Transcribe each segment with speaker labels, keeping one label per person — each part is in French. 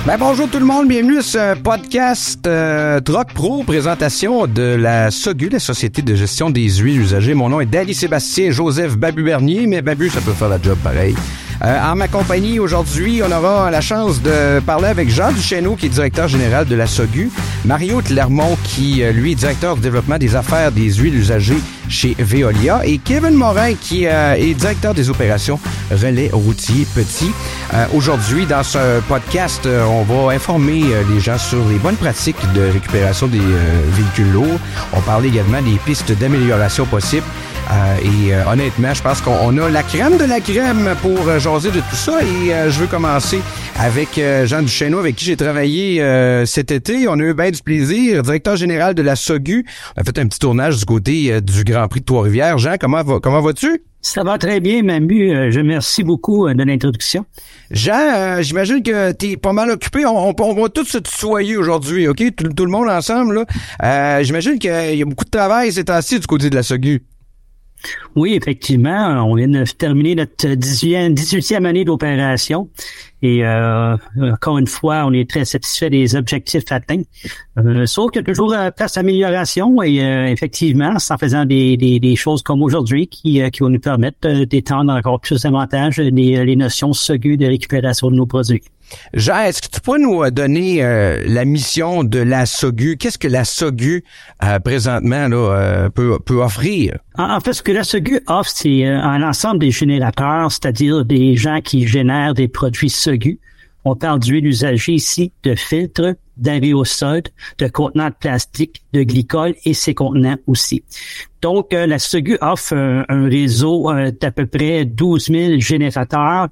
Speaker 1: Bonjour tout le monde, bienvenue à ce podcast Troc Pro, présentation de la SOGU, la Société de gestion des huiles usagées. Mon nom est Dali Sébastien Joseph Babu Bernier, mais Babu, ça peut faire la job pareil. En ma compagnie, aujourd'hui, on aura la chance de parler avec Jean Duchesneau, qui est directeur général de la SOGU, Mario Clermont, qui, lui, est directeur du développement des affaires des huiles usagées chez Veolia, et Kevin Morin, qui est directeur des opérations relais routier petit. Aujourd'hui, dans ce podcast, on va informer les gens sur les bonnes pratiques de récupération des véhicules lourds. On parle également des pistes d'amélioration possibles. Honnêtement, je pense qu'on a la crème de la crème pour jaser de tout ça. Et je veux commencer avec Jean Duchesneau, avec qui j'ai travaillé cet été. On a eu bien du plaisir. Directeur général de la SOGU. On a fait un petit tournage du côté du Grand Prix de Trois-Rivières. Jean, comment vas-tu?
Speaker 2: Ça va très bien, Mamu. Je remercie beaucoup de l'introduction.
Speaker 1: Jean, j'imagine que t'es pas mal occupé. On va tous se tutoyer aujourd'hui, OK? Tout le monde ensemble, là. J'imagine qu'il y a beaucoup de travail ces temps-ci du côté de la SOGU.
Speaker 2: Oui, effectivement. On vient de terminer notre 18e année d'opération. Et encore une fois, on est très satisfait des objectifs atteints. Sauf qu'il y a toujours place d'amélioration et effectivement, c'est en faisant des choses comme aujourd'hui qui vont nous permettre d'étendre encore plus davantage les notions SOGU de récupération de nos produits.
Speaker 1: Jean, est-ce que tu pourrais nous donner la mission de la SOGU? Qu'est-ce que la SOGU présentement là peut offrir?
Speaker 2: En fait, ce que la SOGU offre, c'est un ensemble des générateurs, c'est-à-dire des gens qui génèrent des produits SOGU. On parle d'huile usagée ici, de filtres, d'aérosols, de contenants de plastique, de glycol et ces contenants aussi. Donc, la SOGU offre un réseau d'à peu près 12 000 générateurs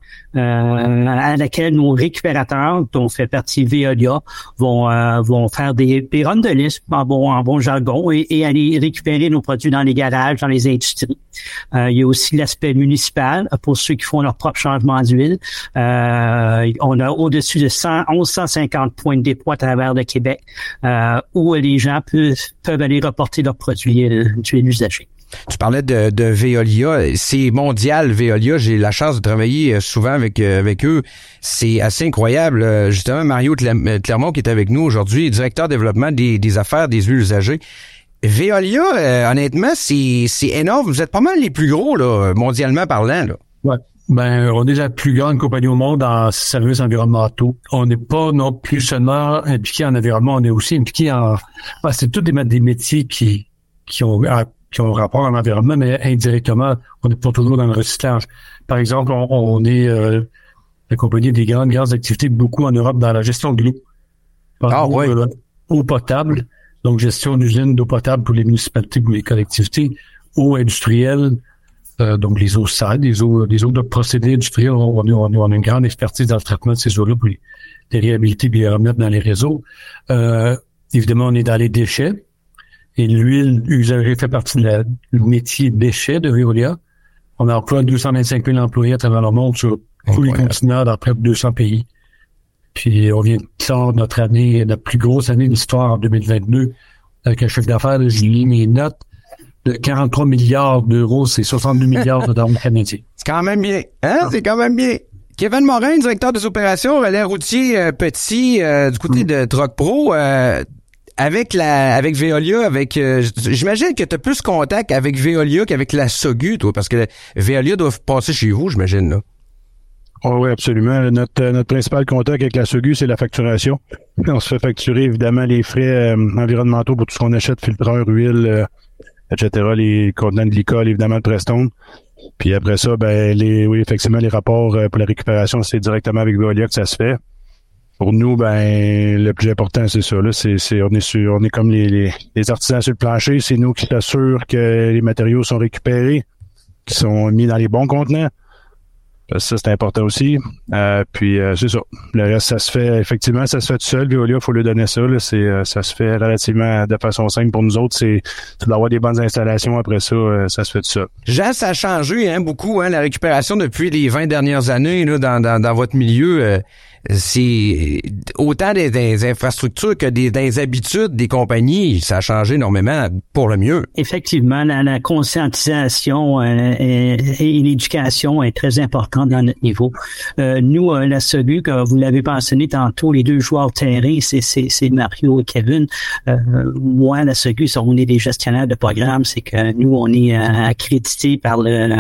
Speaker 2: à laquelle nos récupérateurs, dont fait partie Veolia, vont faire des runs de liste en bon jargon et aller récupérer nos produits dans les garages, dans les industries. Il y a aussi l'aspect municipal pour ceux qui font leur propre changement d'huile. On a au-dessus de 150 points de dépôt à travers le Québec où les gens peuvent aller reporter leurs produits d'huile usagée.
Speaker 1: Tu parlais de Veolia, c'est mondial Veolia, j'ai la chance de travailler souvent avec eux, c'est assez incroyable. Justement, Mario Clermont qui est avec nous aujourd'hui, directeur développement des affaires des huiles usagées. Veolia, honnêtement, c'est énorme, vous êtes pas mal les plus gros là, mondialement parlant là.
Speaker 3: Ouais. On est la plus grande compagnie au monde en services environnementaux. On n'est pas non plus seulement impliqué en environnement, on est aussi impliqué c'est tous des métiers qui ont rapport à l'environnement, mais indirectement, on n'est pas toujours dans le recyclage. Par exemple, on est la compagnie des grandes activités, beaucoup en Europe, dans la gestion de l'eau. Eau potable, donc gestion d'usines d'eau potable pour les municipalités, pour les collectivités, eau industrielle, donc les eaux sales, les eaux de procédés industriels. On a une grande expertise dans le traitement de ces eaux-là pour les réhabiliter et les remettre dans les réseaux. Évidemment, on est dans les déchets. Et l'huile usagée fait partie du métier déchets de Veolia. On emploie 225 000 employés à travers le monde sur tous les continents dans près de 200 pays. Puis on vient de sortir notre année, la plus grosse année de l'histoire en 2022, avec un chiffre d'affaires, j'ai mis mes notes, de 43 milliards d'euros, c'est 62 milliards de dollars canadiens.
Speaker 1: C'est quand même bien, hein? C'est quand même bien. Kevin Morin, directeur des opérations relais routier petit du côté de Troc Pro. Avec Veolia, j'imagine que tu as plus contact avec Veolia qu'avec la SOGU, toi, parce que Veolia doit passer chez vous, j'imagine, là.
Speaker 4: Oh oui, absolument. Notre principal contact avec la SOGU, c'est la facturation. On se fait facturer, évidemment, les frais environnementaux pour tout ce qu'on achète, filtreurs, huile, etc., les contenants de glycol, évidemment, de Prestone. Puis après ça, effectivement, les rapports pour la récupération, c'est directement avec Veolia que ça se fait. Pour nous, le plus important, c'est ça, là. On est comme les artisans sur le plancher. C'est nous qui s'assurent que les matériaux sont récupérés, qui sont mis dans les bons contenants. Parce que ça, c'est important aussi. C'est ça. Le reste, ça se fait tout seul. Veolia, faut lui donner ça, là. Ça se fait relativement de façon simple pour nous autres. C'est d'avoir des bonnes installations. Après ça, ça se fait tout seul.
Speaker 1: Jean, ça a changé, beaucoup, la récupération depuis les 20 dernières années, là, dans votre milieu. c'est autant des infrastructures que des habitudes des compagnies, ça a changé énormément pour le mieux.
Speaker 2: Effectivement, la conscientisation et l'éducation est très importante dans notre niveau. Nous, la SOGU, comme vous l'avez mentionné tantôt, les deux joueurs terrain, c'est Mario et Kevin. Moi, la SOGU, on est des gestionnaires de programmes, c'est que nous, on est accrédités par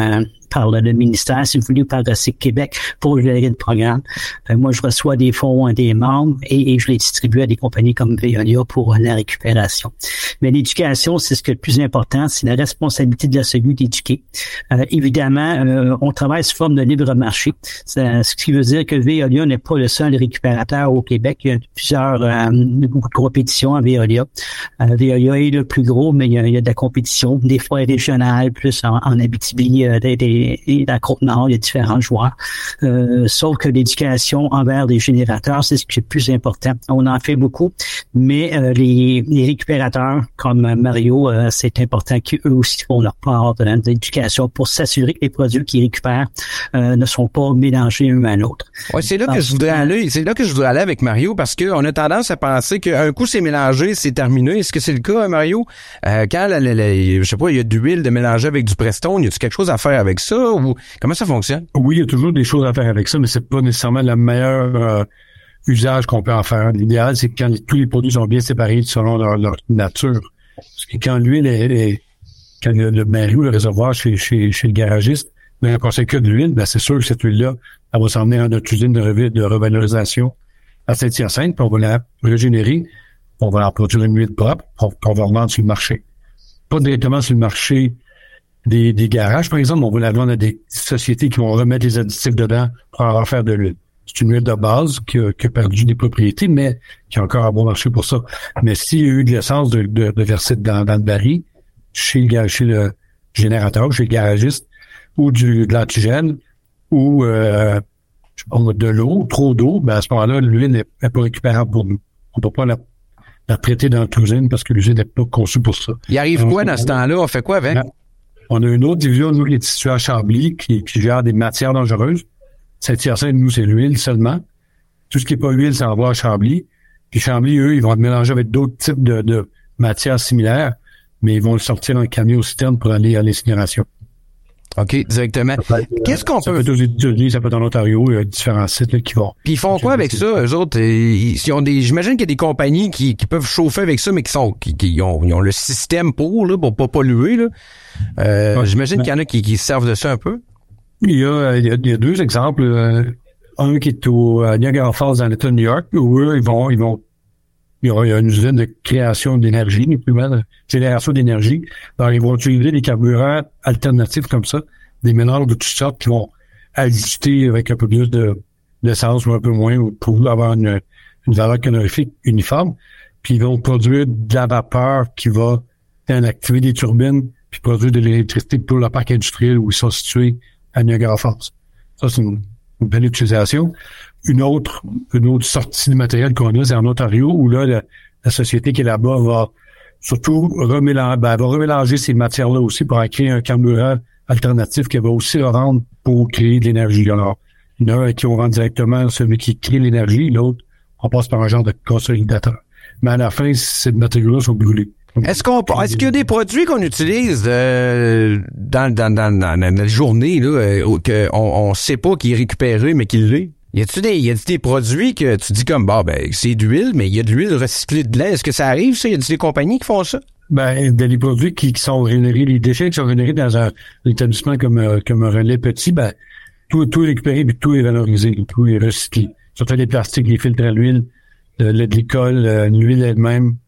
Speaker 2: le ministère, si vous voulez, par Recyc Québec pour gérer le programme. Moi, je reçois des fonds des membres et je les distribue à des compagnies comme Veolia pour la récupération. Mais l'éducation, c'est ce qui est le plus important, c'est la responsabilité de la SOGU d'éduquer. Évidemment, on travaille sous forme de libre marché, ce qui veut dire que Veolia n'est pas le seul récupérateur au Québec. Il y a plusieurs beaucoup de compétitions à Veolia. Veolia est le plus gros, mais il y a de la compétition, des fois régionale, plus en Abitibi, et dans la Côte-Nord, il y a différents joueurs. Sauf que l'éducation envers les générateurs, c'est ce qui est le plus important. On en fait beaucoup, mais les récupérateurs comme Mario, c'est important qu'eux aussi font leur part de l'éducation pour s'assurer que les produits qu'ils récupèrent ne sont pas mélangés un à l'autre.
Speaker 1: Ouais, c'est là que je voudrais aller. C'est là que je voudrais aller avec Mario parce que on a tendance à penser qu'un coup c'est mélangé, c'est terminé. Est-ce que c'est le cas, Mario? Quand je sais pas, il y a de l'huile de mélanger avec du Prestone, y a-t-il quelque chose à faire avec ça ou comment ça fonctionne?
Speaker 3: Oui, il y a toujours des choses à faire avec ça, mais c'est pas nécessairement le meilleur usage qu'on peut en faire. L'idéal, c'est que quand tous les produits sont bien séparés selon leur nature. Parce que quand l'huile quand le baril ou le réservoir chez le garagiste, ben, quand c'est que de l'huile, ben, c'est sûr que cette huile-là, elle va s'emmener à notre usine de revalorisation à Saint-Hyacinthe, puis on va la régénérer, on va en produire une huile propre, qu'on va revendre sur le marché. Pas directement sur le marché des garages, par exemple, on va la vendre à des sociétés qui vont remettre les additifs dedans pour en refaire de l'huile. C'est une huile de base qui a perdu des propriétés, mais qui a encore un bon marché pour ça. Mais s'il y a eu de l'essence de verser dans le baril, chez le générateur, chez le garagiste, ou de l'antigène, ou de l'eau, trop d'eau, ben à ce moment-là, l'huile n'est pas récupérable pour nous. On ne peut pas la traiter dans notre usine parce que l'usine n'est pas conçue pour ça.
Speaker 1: Il arrive quoi dans ce temps-là? On fait quoi avec?
Speaker 3: On a une autre division, nous, qui est située à Chambly, qui gère des matières dangereuses. Saint-Hyacinthe, nous, c'est l'huile seulement. Tout ce qui n'est pas huile, ça envoie à Chambly. Puis Chambly, eux, ils vont être mélangés avec d'autres types de matières similaires, mais ils vont le sortir dans le camion citerne pour aller à l'incinération.
Speaker 1: OK, directement. Qu'est-ce qu'on peut...
Speaker 3: Ça peut être aux États-Unis, ça peut être en Ontario, il y a différents sites là, qui vont...
Speaker 1: Puis ils font quoi avec ça, eux autres? J'imagine qu'il y a des compagnies qui peuvent chauffer avec ça, mais qui ont le système pour pas polluer, là. J'imagine qu'il y en a qui se servent de ça un peu.
Speaker 3: Il y a deux exemples. Un qui est au Niagara Falls dans l'État de New York, où eux, il y a une usine de création d'énergie, plus mal, génération d'énergie. Alors, ils vont utiliser des carburants alternatifs comme ça, des mélanges de toutes sortes qui vont ajuster avec un peu plus d'essence ou un peu moins pour avoir une valeur calorifique uniforme. Puis ils vont produire de la vapeur qui va activer des turbines puis produire de l'électricité pour le parc industriel où ils sont situés à Niagara Falls. Ça, c'est une belle utilisation. Une autre sortie de matériel qu'on a, c'est en Ontario, où là, la société qui est là-bas va surtout remélanger ces matières-là aussi pour en créer un carburant alternatif qui va aussi le rendre pour créer de l'énergie. Alors, il y en a qui vont rendre directement celui qui crée l'énergie, l'autre, on passe par un genre de consolidateur. Mais à la fin, ces matériaux-là sont brûlés.
Speaker 1: Est-ce qu'il y a des produits qu'on utilise dans la journée là qu'on sait pas qu'il est récupéré mais qu'il l'est? Y a-t-il des produits que tu dis comme c'est d'huile mais il y a de l'huile recyclée de lait? Est-ce que ça arrive ça? Y a-t-il des compagnies qui font ça?
Speaker 3: Des produits qui sont rémunérés, les déchets qui sont rémunérés dans un établissement comme un relais petit, tout est récupéré puis tout est valorisé, tout est recyclé. Surtout les plastiques, les filtres à l'huile, le lait de l'école, l'huile elle-même.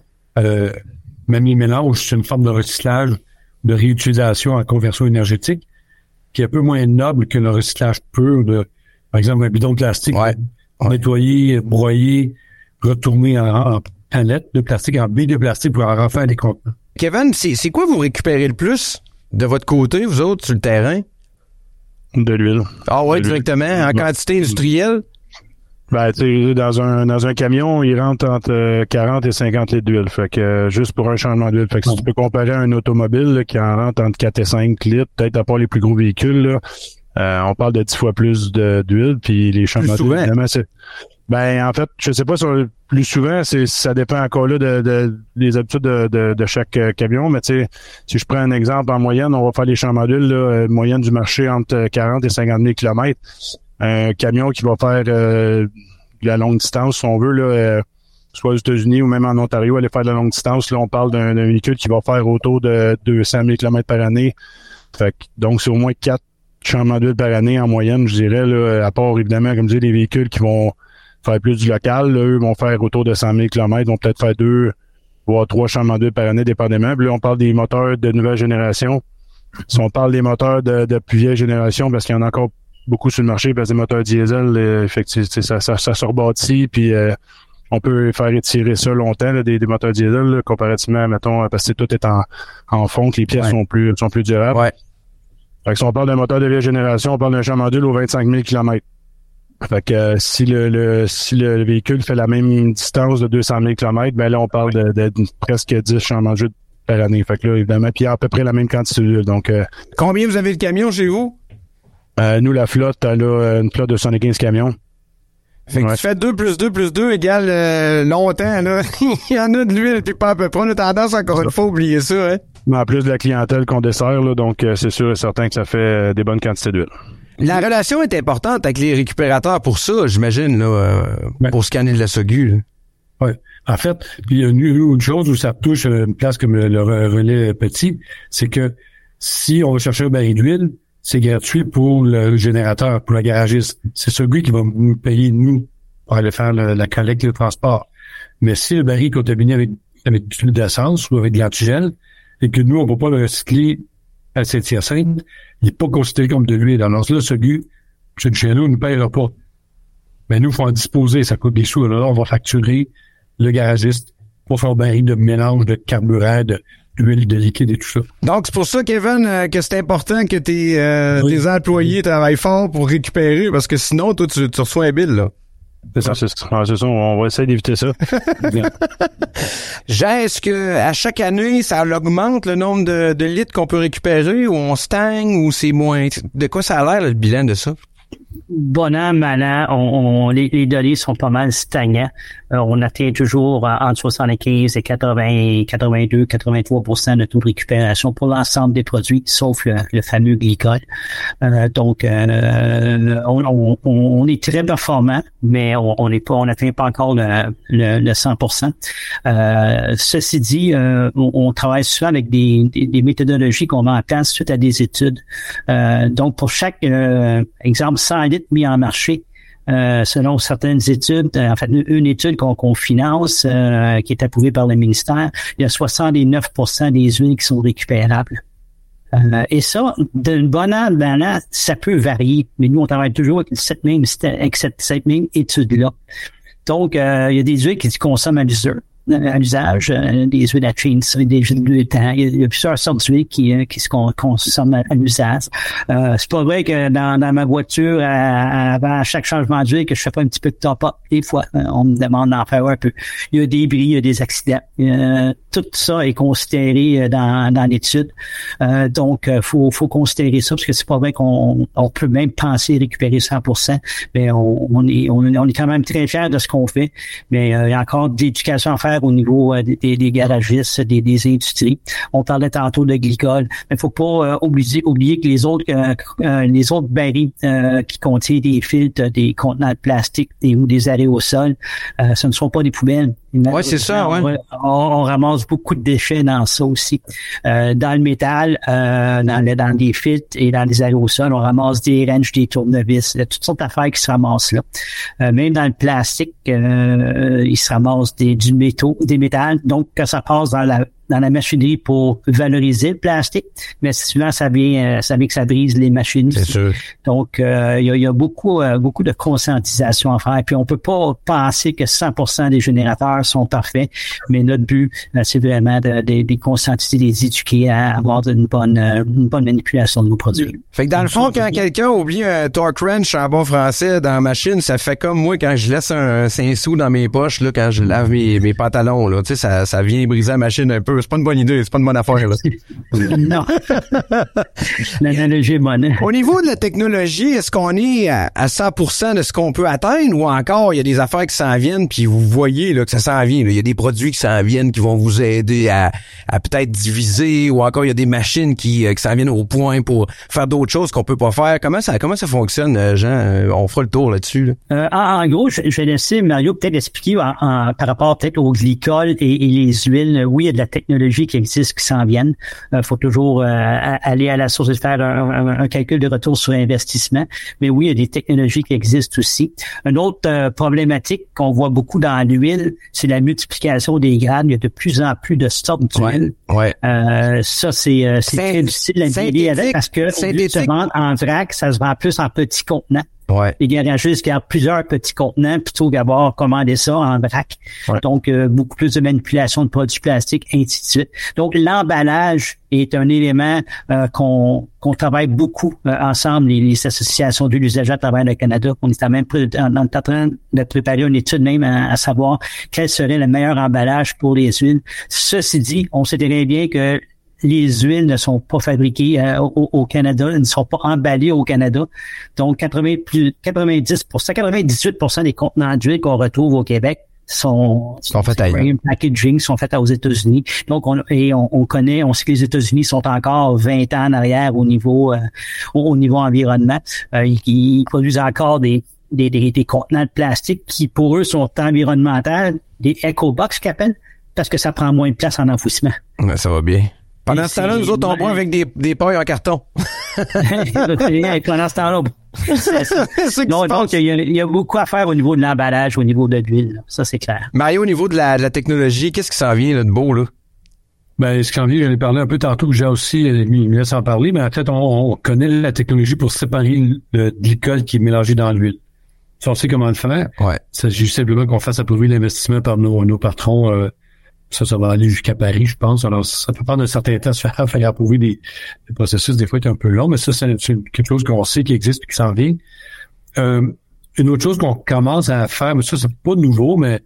Speaker 3: Même les mélanges, c'est une forme de recyclage, de réutilisation en conversion énergétique, qui est un peu moins noble que le recyclage pur par exemple, un bidon de plastique, nettoyé, broyé, retourné en palette de plastique, en billes de plastique pour en refaire des contenants.
Speaker 1: Kevin, c'est quoi vous récupérez le plus de votre côté, vous autres, sur le terrain?
Speaker 4: De l'huile.
Speaker 1: Ah ouais, directement, en quantité industrielle?
Speaker 4: Tu sais, dans un camion, il rentre entre 40 et 50 litres d'huile. Fait que juste pour un changement d'huile. Fait que si tu peux comparer à un automobile là, qui en rentre entre 4 et 5 litres, peut-être à part les plus gros véhicules, là, On parle de 10 fois plus d'huile, puis les champs modules, évidemment, c'est... Ben, en fait, je sais pas si plus souvent, ça dépend encore là des habitudes de chaque camion, mais tu sais, si je prends un exemple, en moyenne, on va faire les champs modules, là, moyenne du marché entre 40 et 50 000 km. Un camion qui va faire de la longue distance, si on veut, là, soit aux États-Unis ou même en Ontario, aller faire de la longue distance, là, on parle d'un véhicule qui va faire autour de 200 000 km par année. Fait que, donc, c'est au moins 4 champs modules par année en moyenne, je dirais, là, à part, évidemment, comme je dis, les véhicules qui vont faire plus du local, là, eux vont faire autour de 100 000 km, vont peut-être faire 2 voire 3 champs modules par année, dépendamment. Puis là, on parle des moteurs de nouvelle génération. Si on parle des moteurs de plus vieille génération, parce qu'il y en a encore beaucoup sur le marché, parce que des moteurs diesel, effectivement, ça se rebâtit, puis on peut faire étirer ça longtemps, là, des moteurs diesel, là, comparativement, mettons, parce que tout est en fonte, les pièces sont plus durables.
Speaker 1: Ouais.
Speaker 4: Fait que si on parle d'un moteur de vieille génération, on parle d'un champ module aux 25 000 km. Fait que si le véhicule fait la même distance de 200 000 km, ben là, on parle de presque 10 champs modules par année. Fait que là, évidemment, puis à peu près la même quantité d'huile. Donc,
Speaker 1: combien vous avez de camions chez vous?
Speaker 4: Nous, la flotte, elle a une flotte de 75 camions.
Speaker 1: Fait que tu fais 2 plus 2 plus 2 égale longtemps, là. Il y en a de l'huile, puis pas à peu près. On a tendance, encore une fois, à oublier ça, hein.
Speaker 4: Mais en plus de la clientèle qu'on dessert, là, donc c'est sûr et certain que ça fait des bonnes quantités d'huile.
Speaker 1: La relation est importante avec les récupérateurs pour ça, j'imagine, là, pour scanner de la SOGU.
Speaker 3: Oui. En fait, il y a une chose où ça touche une place comme le relais petit, c'est que si on va chercher un baril d'huile, c'est gratuit pour le générateur, pour le garagiste. C'est SOGU qui va nous payer, nous, pour aller faire la collecte et le transport. Mais si le baril est contaminé avec de l'huile d'essence ou avec de l'antigel, et que nous, on ne va pas le recycler à Saint-Hyacinthe, il n'est pas considéré comme de l'huile. Alors là, SOGU, chez nous, ne nous payera pas. Mais nous, il faut en disposer, ça coûte des sous. Alors là, on va facturer le garagiste pour faire un baril de mélange de carburant, d'huile, de liquide et tout ça.
Speaker 1: Donc, c'est pour ça, Kevin, que c'est important que tes employés travaillent fort pour récupérer, parce que sinon, toi, tu reçois un bill, là.
Speaker 4: C'est ça, on va essayer d'éviter ça.
Speaker 1: Jean, est-ce que à chaque année, ça augmente le nombre de litres qu'on peut récupérer, ou on stagne, ou c'est moins? De quoi ça a l'air, le bilan de ça?
Speaker 2: Bon an, mal an, les données sont pas mal stagnants. On atteint toujours entre 75 et 80, 82, 83% de taux de récupération pour l'ensemble des produits, sauf le fameux glycol. Donc, on est très performant, mais on n'atteint pas encore le 100%. Ceci dit, on travaille souvent avec des méthodologies qu'on met en place suite à des études. Donc, pour chaque exemple, 100 litres mis en marché, selon certaines études, en fait, une étude qu'on finance, qui est approuvée par le ministère, il y a 69% des huiles qui sont récupérables. Et ça, d'une bonne année, ça peut varier. Mais nous, on travaille toujours avec cette même étude-là. Donc, il y a des huiles qui consomment à l'usage, des huiles à chain, des huiles de temps. Il y a plusieurs sortes d'huiles qui se consomment à l'usage. C'est pas vrai que dans ma voiture, avant chaque changement d'huile, que je fais pas un petit peu de top-up. Des fois, on me demande d'en faire un peu. Il y a des bris, il y a des accidents. Tout ça est considéré dans l'étude. Donc, faut considérer ça, parce que c'est pas vrai qu'on peut même penser récupérer 100%. Mais on est quand même très fiers de ce qu'on fait. Mais il y a encore de l'éducation à faire au niveau des garagistes, des industries. On parlait tantôt de glycol, mais faut pas oublier que les autres barils qui contiennent des filtres, des contenants de plastique ou des aérosols, ce ne sont pas des poubelles.
Speaker 1: Oui, c'est ça, ouais.
Speaker 2: On ramasse beaucoup de déchets dans ça aussi. Dans le métal, dans des filtres et dans les aérosols, on ramasse des wrenches, des tournevis, toutes sortes d'affaires qui se ramassent là. Même dans le plastique, il se ramasse du métal. Donc, quand ça passe dans la machinerie pour valoriser le plastique, mais souvent ça vient que ça brise les machines.
Speaker 1: C'est sûr.
Speaker 2: Donc il y a beaucoup de conscientisation à faire. Puis on peut pas penser que 100% des générateurs sont parfaits, mais notre but c'est vraiment de conscientiser, les éduquer à avoir une bonne manipulation de nos produits.
Speaker 1: Fait que dans le fond, quand quelqu'un oublie un torque wrench en bon français dans la machine, ça fait comme moi quand je laisse un 5 sous dans mes poches là, quand je lave mes pantalons là, tu sais, ça vient briser la machine un peu. c'est pas une bonne idée, c'est pas une bonne affaire, là.
Speaker 2: Non. L'analogie est bonne.
Speaker 1: Au niveau de la technologie, est-ce qu'on est à 100% de ce qu'on peut atteindre ou encore il y a des affaires qui s'en viennent puis vous voyez là que ça s'en vient, là. Il y a des produits qui s'en viennent qui vont vous aider à peut-être diviser ou encore il y a des machines qui s'en viennent au point pour faire d'autres choses qu'on peut pas faire. Comment ça fonctionne, Jean? On fera le tour là-dessus, là.
Speaker 2: En gros, je vais laisser Mario peut-être expliquer par rapport peut-être aux glycols et les huiles. Oui, il y a de la technologie qui existe qui s'en viennent. Faut toujours aller à la source et faire un calcul de retour sur investissement. Mais oui, il y a des technologies qui existent aussi. Une autre problématique qu'on voit beaucoup dans l'huile, c'est la multiplication des grades. Il y a de plus en plus de sortes d'huile.
Speaker 1: Ouais.
Speaker 2: Ça, c'est très difficile à dealer avec parce que au lieu de se vendre en vrac, ça se vend plus en petits contenants.
Speaker 1: Ouais.
Speaker 2: Les garagistes gardent plusieurs petits contenants plutôt qu'avoir commandé ça en vrac. Ouais. Donc, beaucoup plus de manipulation de produits plastiques, ainsi de suite. Donc, l'emballage est un élément qu'on travaille beaucoup ensemble, les associations d'huile usagée à travers le Canada. On est même en train de préparer une étude même à savoir quel serait le meilleur emballage pour les huiles. Ceci dit, on sait très bien que les huiles ne sont pas fabriquées au Canada, elles ne sont pas emballées au Canada. Donc, 98% des contenants d'huile qu'on retrouve au Québec sont
Speaker 1: faits ailleurs.
Speaker 2: Packaging, sont faits aux États-Unis. Donc, on sait que les États-Unis sont encore 20 ans en arrière au niveau environnement. Ils produisent encore des contenants de plastique qui, pour eux, sont environnementaux, des eco-box qu'ils appellent, parce que ça prend moins de place en enfouissement.
Speaker 1: Ouais, ça va bien. Pendant ce temps-là, nous autres, on boit avec des pailles en carton.
Speaker 2: Pendant ce temps-là, non, donc, il y a beaucoup à faire au niveau de l'emballage, au niveau de l'huile. Ça, c'est clair.
Speaker 1: Mario, au niveau de la technologie, qu'est-ce qui s'en vient là, de beau, là?
Speaker 3: Ben, ce qui s'en vient, j'en ai parlé un peu tantôt, j'ai aussi, il me laisse en parler, mais en fait, on connaît la technologie pour séparer le glycol qui est mélangé dans l'huile. Si on sait comment le faire,
Speaker 1: ouais.
Speaker 3: Il s'agit simplement qu'on fasse approuver l'investissement par nos patrons. Ça va aller jusqu'à Paris, je pense. Alors, ça peut prendre un certain temps de se faire approuver des processus. Des fois, c'est un peu long, mais ça, c'est quelque chose qu'on sait qui existe et qui s'en vient. Une autre chose qu'on commence à faire, mais ça, c'est pas nouveau, mais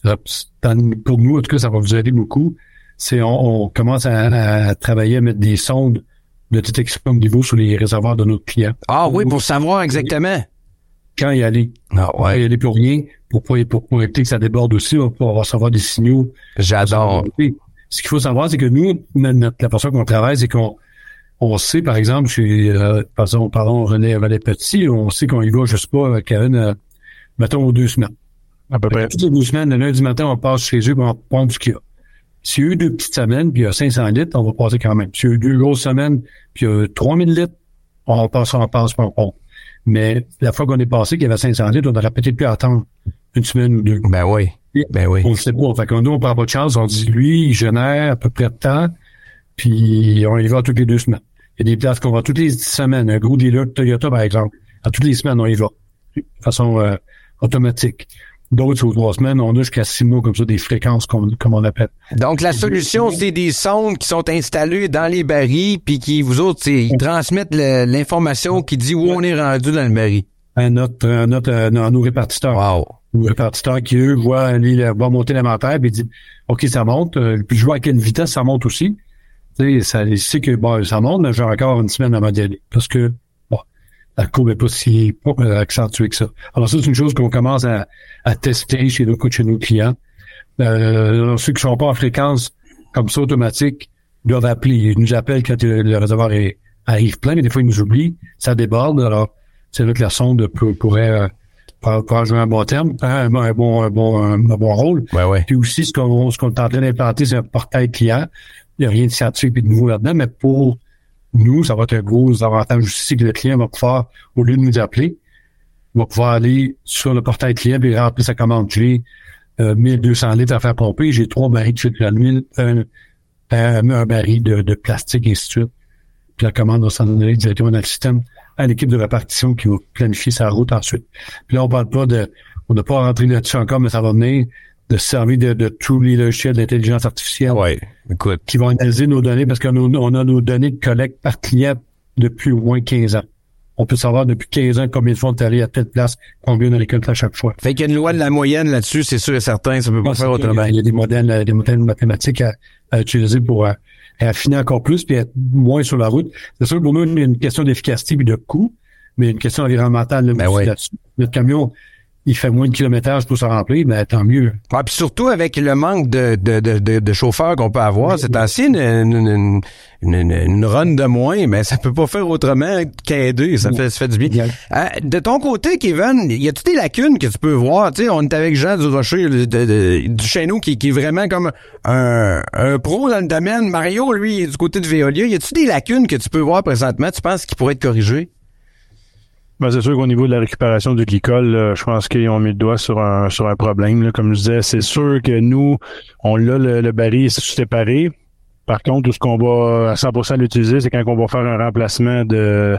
Speaker 3: pour nous, en tout cas, ça va vous aider beaucoup. C'est on commence à travailler à mettre des sondes de détection de niveau sur les réservoirs de nos clients.
Speaker 1: Ah oui, pour savoir exactement.
Speaker 3: Quand y aller.
Speaker 1: Ah ouais.
Speaker 3: Quand y aller pour rien, pour éviter que ça déborde aussi, on va recevoir des signaux.
Speaker 1: J'adore.
Speaker 3: Ce qu'il faut savoir, c'est que nous, la façon qu'on travaille, c'est qu'on sait, par exemple, chez, pardon, René Petit, on sait qu'on y va, je sais pas, Karen, mettons aux 2 semaines.
Speaker 4: À peu près.
Speaker 3: Toutes les 2 semaines, le lundi matin, on passe chez eux, puis on prend ce qu'il y a. S'il y a eu 2 petites semaines, puis il y a 500 litres, on va passer quand même. S'il y a eu 2 grosses semaines, puis il y a 3000 litres, on passe, puis on compte. Mais la fois qu'on est passé, qu'il y avait 500 litres, on aurait peut-être pu attendre une semaine ou 2.
Speaker 1: Ben oui. Ben oui.
Speaker 3: On ne sait pas. Fait que nous, on prend pas de chance. On dit, lui, il génère à peu près de temps, puis on y va toutes les 2 semaines. Il y a des places qu'on va toutes les 10 semaines. Un gros dealer de Toyota, par exemple. À toutes les semaines, on y va. De façon automatique. D'autres, aux 3 semaines, on a jusqu'à 6 mois comme ça, des fréquences, comme on appelle.
Speaker 1: Donc, la solution, c'est des sondes qui sont installées dans les barils, puis qui, vous autres, ils transmettent l'information qui dit où on est rendu dans le baril.
Speaker 3: À nos répartiteurs.
Speaker 1: Wow.
Speaker 3: Nos répartiteurs qui, eux, voient monter l'inventaire, puis ils disent, OK, ça monte, puis je vois à quelle vitesse ça monte aussi. Tu sais, il sait que, ça monte, mais j'ai encore une semaine à m'adhérer. Parce que, la courbe n'est pas si accentuée que ça. Alors ça, c'est une chose qu'on commence à tester chez nos clients. Ceux qui sont pas en fréquence comme ça automatique doivent appeler. Ils nous appellent quand le réservoir arrive plein, mais des fois, ils nous oublient. Ça déborde. Alors, c'est là que la sonde pourrait jouer un bon terme, un bon rôle.
Speaker 1: Ouais.
Speaker 3: Puis aussi, ce qu'on est en train d'implanter, c'est un portail client. Il n'y a rien de scientifique et de nouveau là-dedans, mais pour nous, ça va être un gros avantage aussi que le client va pouvoir, au lieu de nous appeler, va pouvoir aller sur le portail client et remplir sa commande. J'ai 1200 litres à faire pomper, j'ai 3 barils de filtre à l'huile, un baril de plastique, et ainsi de suite. Puis la commande va s'en donner directement dans le système à l'équipe de répartition qui va planifier sa route ensuite. Puis là, on n'a pas rentré là-dessus encore, mais ça va venir de se servir de tous les logiciels d'intelligence artificielle.
Speaker 1: Ouais, écoute.
Speaker 3: Qui vont analyser nos données parce qu'on a nos données de collecte par client depuis au moins 15 ans. on peut savoir depuis 15 ans combien de fois on est allé à telle place, combien on a récolté à chaque fois.
Speaker 1: Fait qu'il y a une loi de la moyenne là-dessus, c'est sûr et certain, ça peut pas faire autrement.
Speaker 3: Il y a des modèles mathématiques à utiliser pour affiner encore plus puis être moins sur la route. C'est sûr, pour nous, il y a une question d'efficacité et de coût, mais il y a une question environnementale là-dessus. Notre camion, il fait moins de kilométrage pour se remplir, mais tant mieux.
Speaker 1: Ouais, puis surtout avec le manque de chauffeurs qu'on peut avoir, c'est assez une run de moins, mais ça peut pas faire autrement qu'aider, ça fait du bien. De ton côté, Kevin, y a-tu des lacunes que tu peux voir? Tu sais, on est avec Jean Durocher du chez nous qui est vraiment comme un pro dans le domaine. Mario, lui, du côté de Veolia. Y a-tu des lacunes que tu peux voir présentement, tu penses qu'ils pourraient être corrigées?
Speaker 4: Ben, c'est sûr qu'au niveau de la récupération du glycol, je pense qu'ils ont mis le doigt sur un problème. Là. Comme je disais, c'est sûr que nous, on l'a le baril séparé. Par contre, tout ce qu'on va à 100% l'utiliser, c'est quand on va faire un remplacement du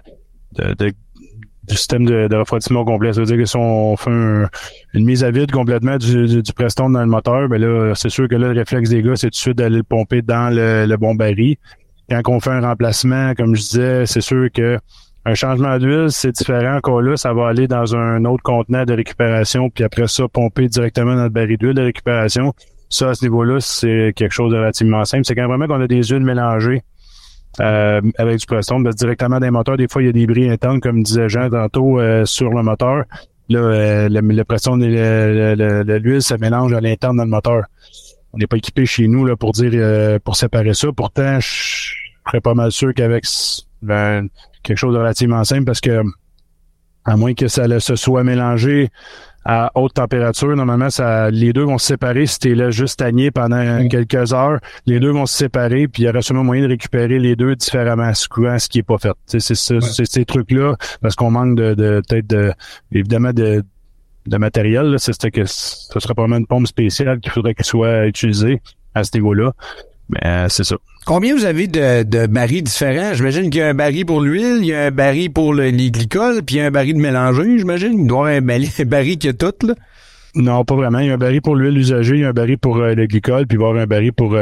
Speaker 4: système de refroidissement complet. Ça veut dire que si on fait une mise à vide complètement du Prestone dans le moteur, ben là, c'est sûr que là, le réflexe des gars, c'est tout de suite d'aller le pomper dans le bon baril. Quand on fait un remplacement, comme je disais, c'est sûr que un changement d'huile, c'est différent. Encore là, ça va aller dans un autre contenant de récupération, puis après ça, pomper directement dans le baril d'huile de récupération. Ça, à ce niveau-là, c'est quelque chose de relativement simple. C'est quand vraiment qu'on a des huiles mélangées avec du Prestone, ben, directement dans les moteurs. Des fois, il y a des bris internes, comme disait Jean tantôt, sur le moteur. Là, le Prestone et l'huile se mélangent à l'interne dans le moteur. On n'est pas équipé chez nous là pour séparer ça. Pourtant, je serais pas mal sûr qu'avec quelque chose de relativement simple, parce que à moins que ça se soit mélangé à haute température, normalement, les deux vont se séparer. Si t'es là juste stagné pendant quelques heures, les deux vont se séparer, puis il y aura sûrement moyen de récupérer les deux différemment, souvent, ce qui est pas fait. C'est ces trucs-là, parce qu'on manque évidemment de matériel, là, c'était que ce serait probablement une pompe spéciale qu'il faudrait qu'elle soit utilisée à ce niveau-là. Mais c'est ça.
Speaker 1: Combien vous avez de barils différents? J'imagine qu'il y a un baril pour l'huile, il y a un baril pour les glycols, puis il y a un baril de mélangé, j'imagine. Il doit y avoir un baril qui a tout, là.
Speaker 4: Non, pas vraiment. Il y a un baril pour l'huile usagée, il y a un baril pour le glycol, puis il va y avoir un baril pour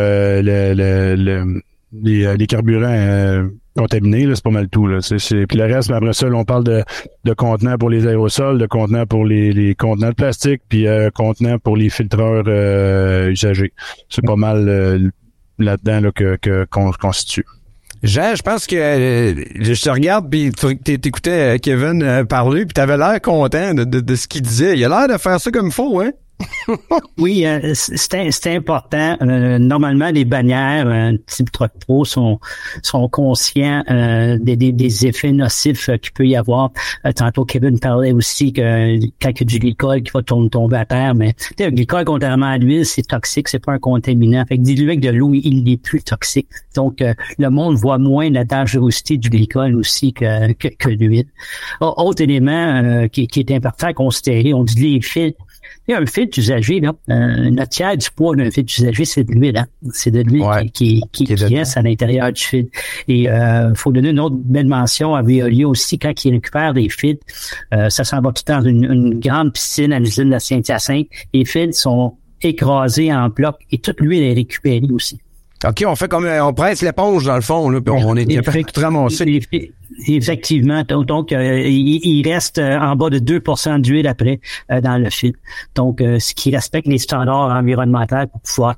Speaker 4: les carburants contaminés, là, c'est pas mal tout. Là. Puis le reste, mais après ça, là, on parle de contenants pour les aérosols, de contenants pour les contenants de plastique, puis contenants pour les filtreurs usagés. C'est pas mal là-dedans là, qu'on se constitue.
Speaker 1: Jean, je pense que je te regarde puis t'écoutais Kevin parler puis t'avais l'air content de ce qu'il disait. Il a l'air de faire ça comme il faut, hein?
Speaker 2: Oui, c'est important. Normalement, les bannières type Truck Pro sont conscients des effets nocifs qu'il peut y avoir. Tantôt, Kevin parlait aussi que quand il y a du glycol qui va tomber à terre, mais le glycol, contrairement à l'huile, c'est toxique, c'est pas un contaminant. Fait que dilué avec de l'eau, il n'est plus toxique. Donc, le monde voit moins la dangerosité du glycol aussi que l'huile. Autre élément qui est important à considérer, on dit les fils. Il y a un filtre usagé, là. Notre tiers du poids d'un filtre usagé, c'est de l'huile, hein. C'est de l'huile qui reste à l'intérieur du filtre. Et faut donner une autre belle mention à Veolia aussi, quand ils récupèrent des filtres, ça s'en va tout le temps dans une grande piscine à l'usine de Saint-Hyacinthe. Les filtres sont écrasés en bloc et toute l'huile est récupérée aussi.
Speaker 1: OK, on fait comme on presse l'éponge dans le fond, là, puis on est capable de tout ramasser.
Speaker 2: Effectivement. Donc, il reste en bas de 2% d'huile après dans le fil. Donc, ce qui respecte les standards environnementaux pour pouvoir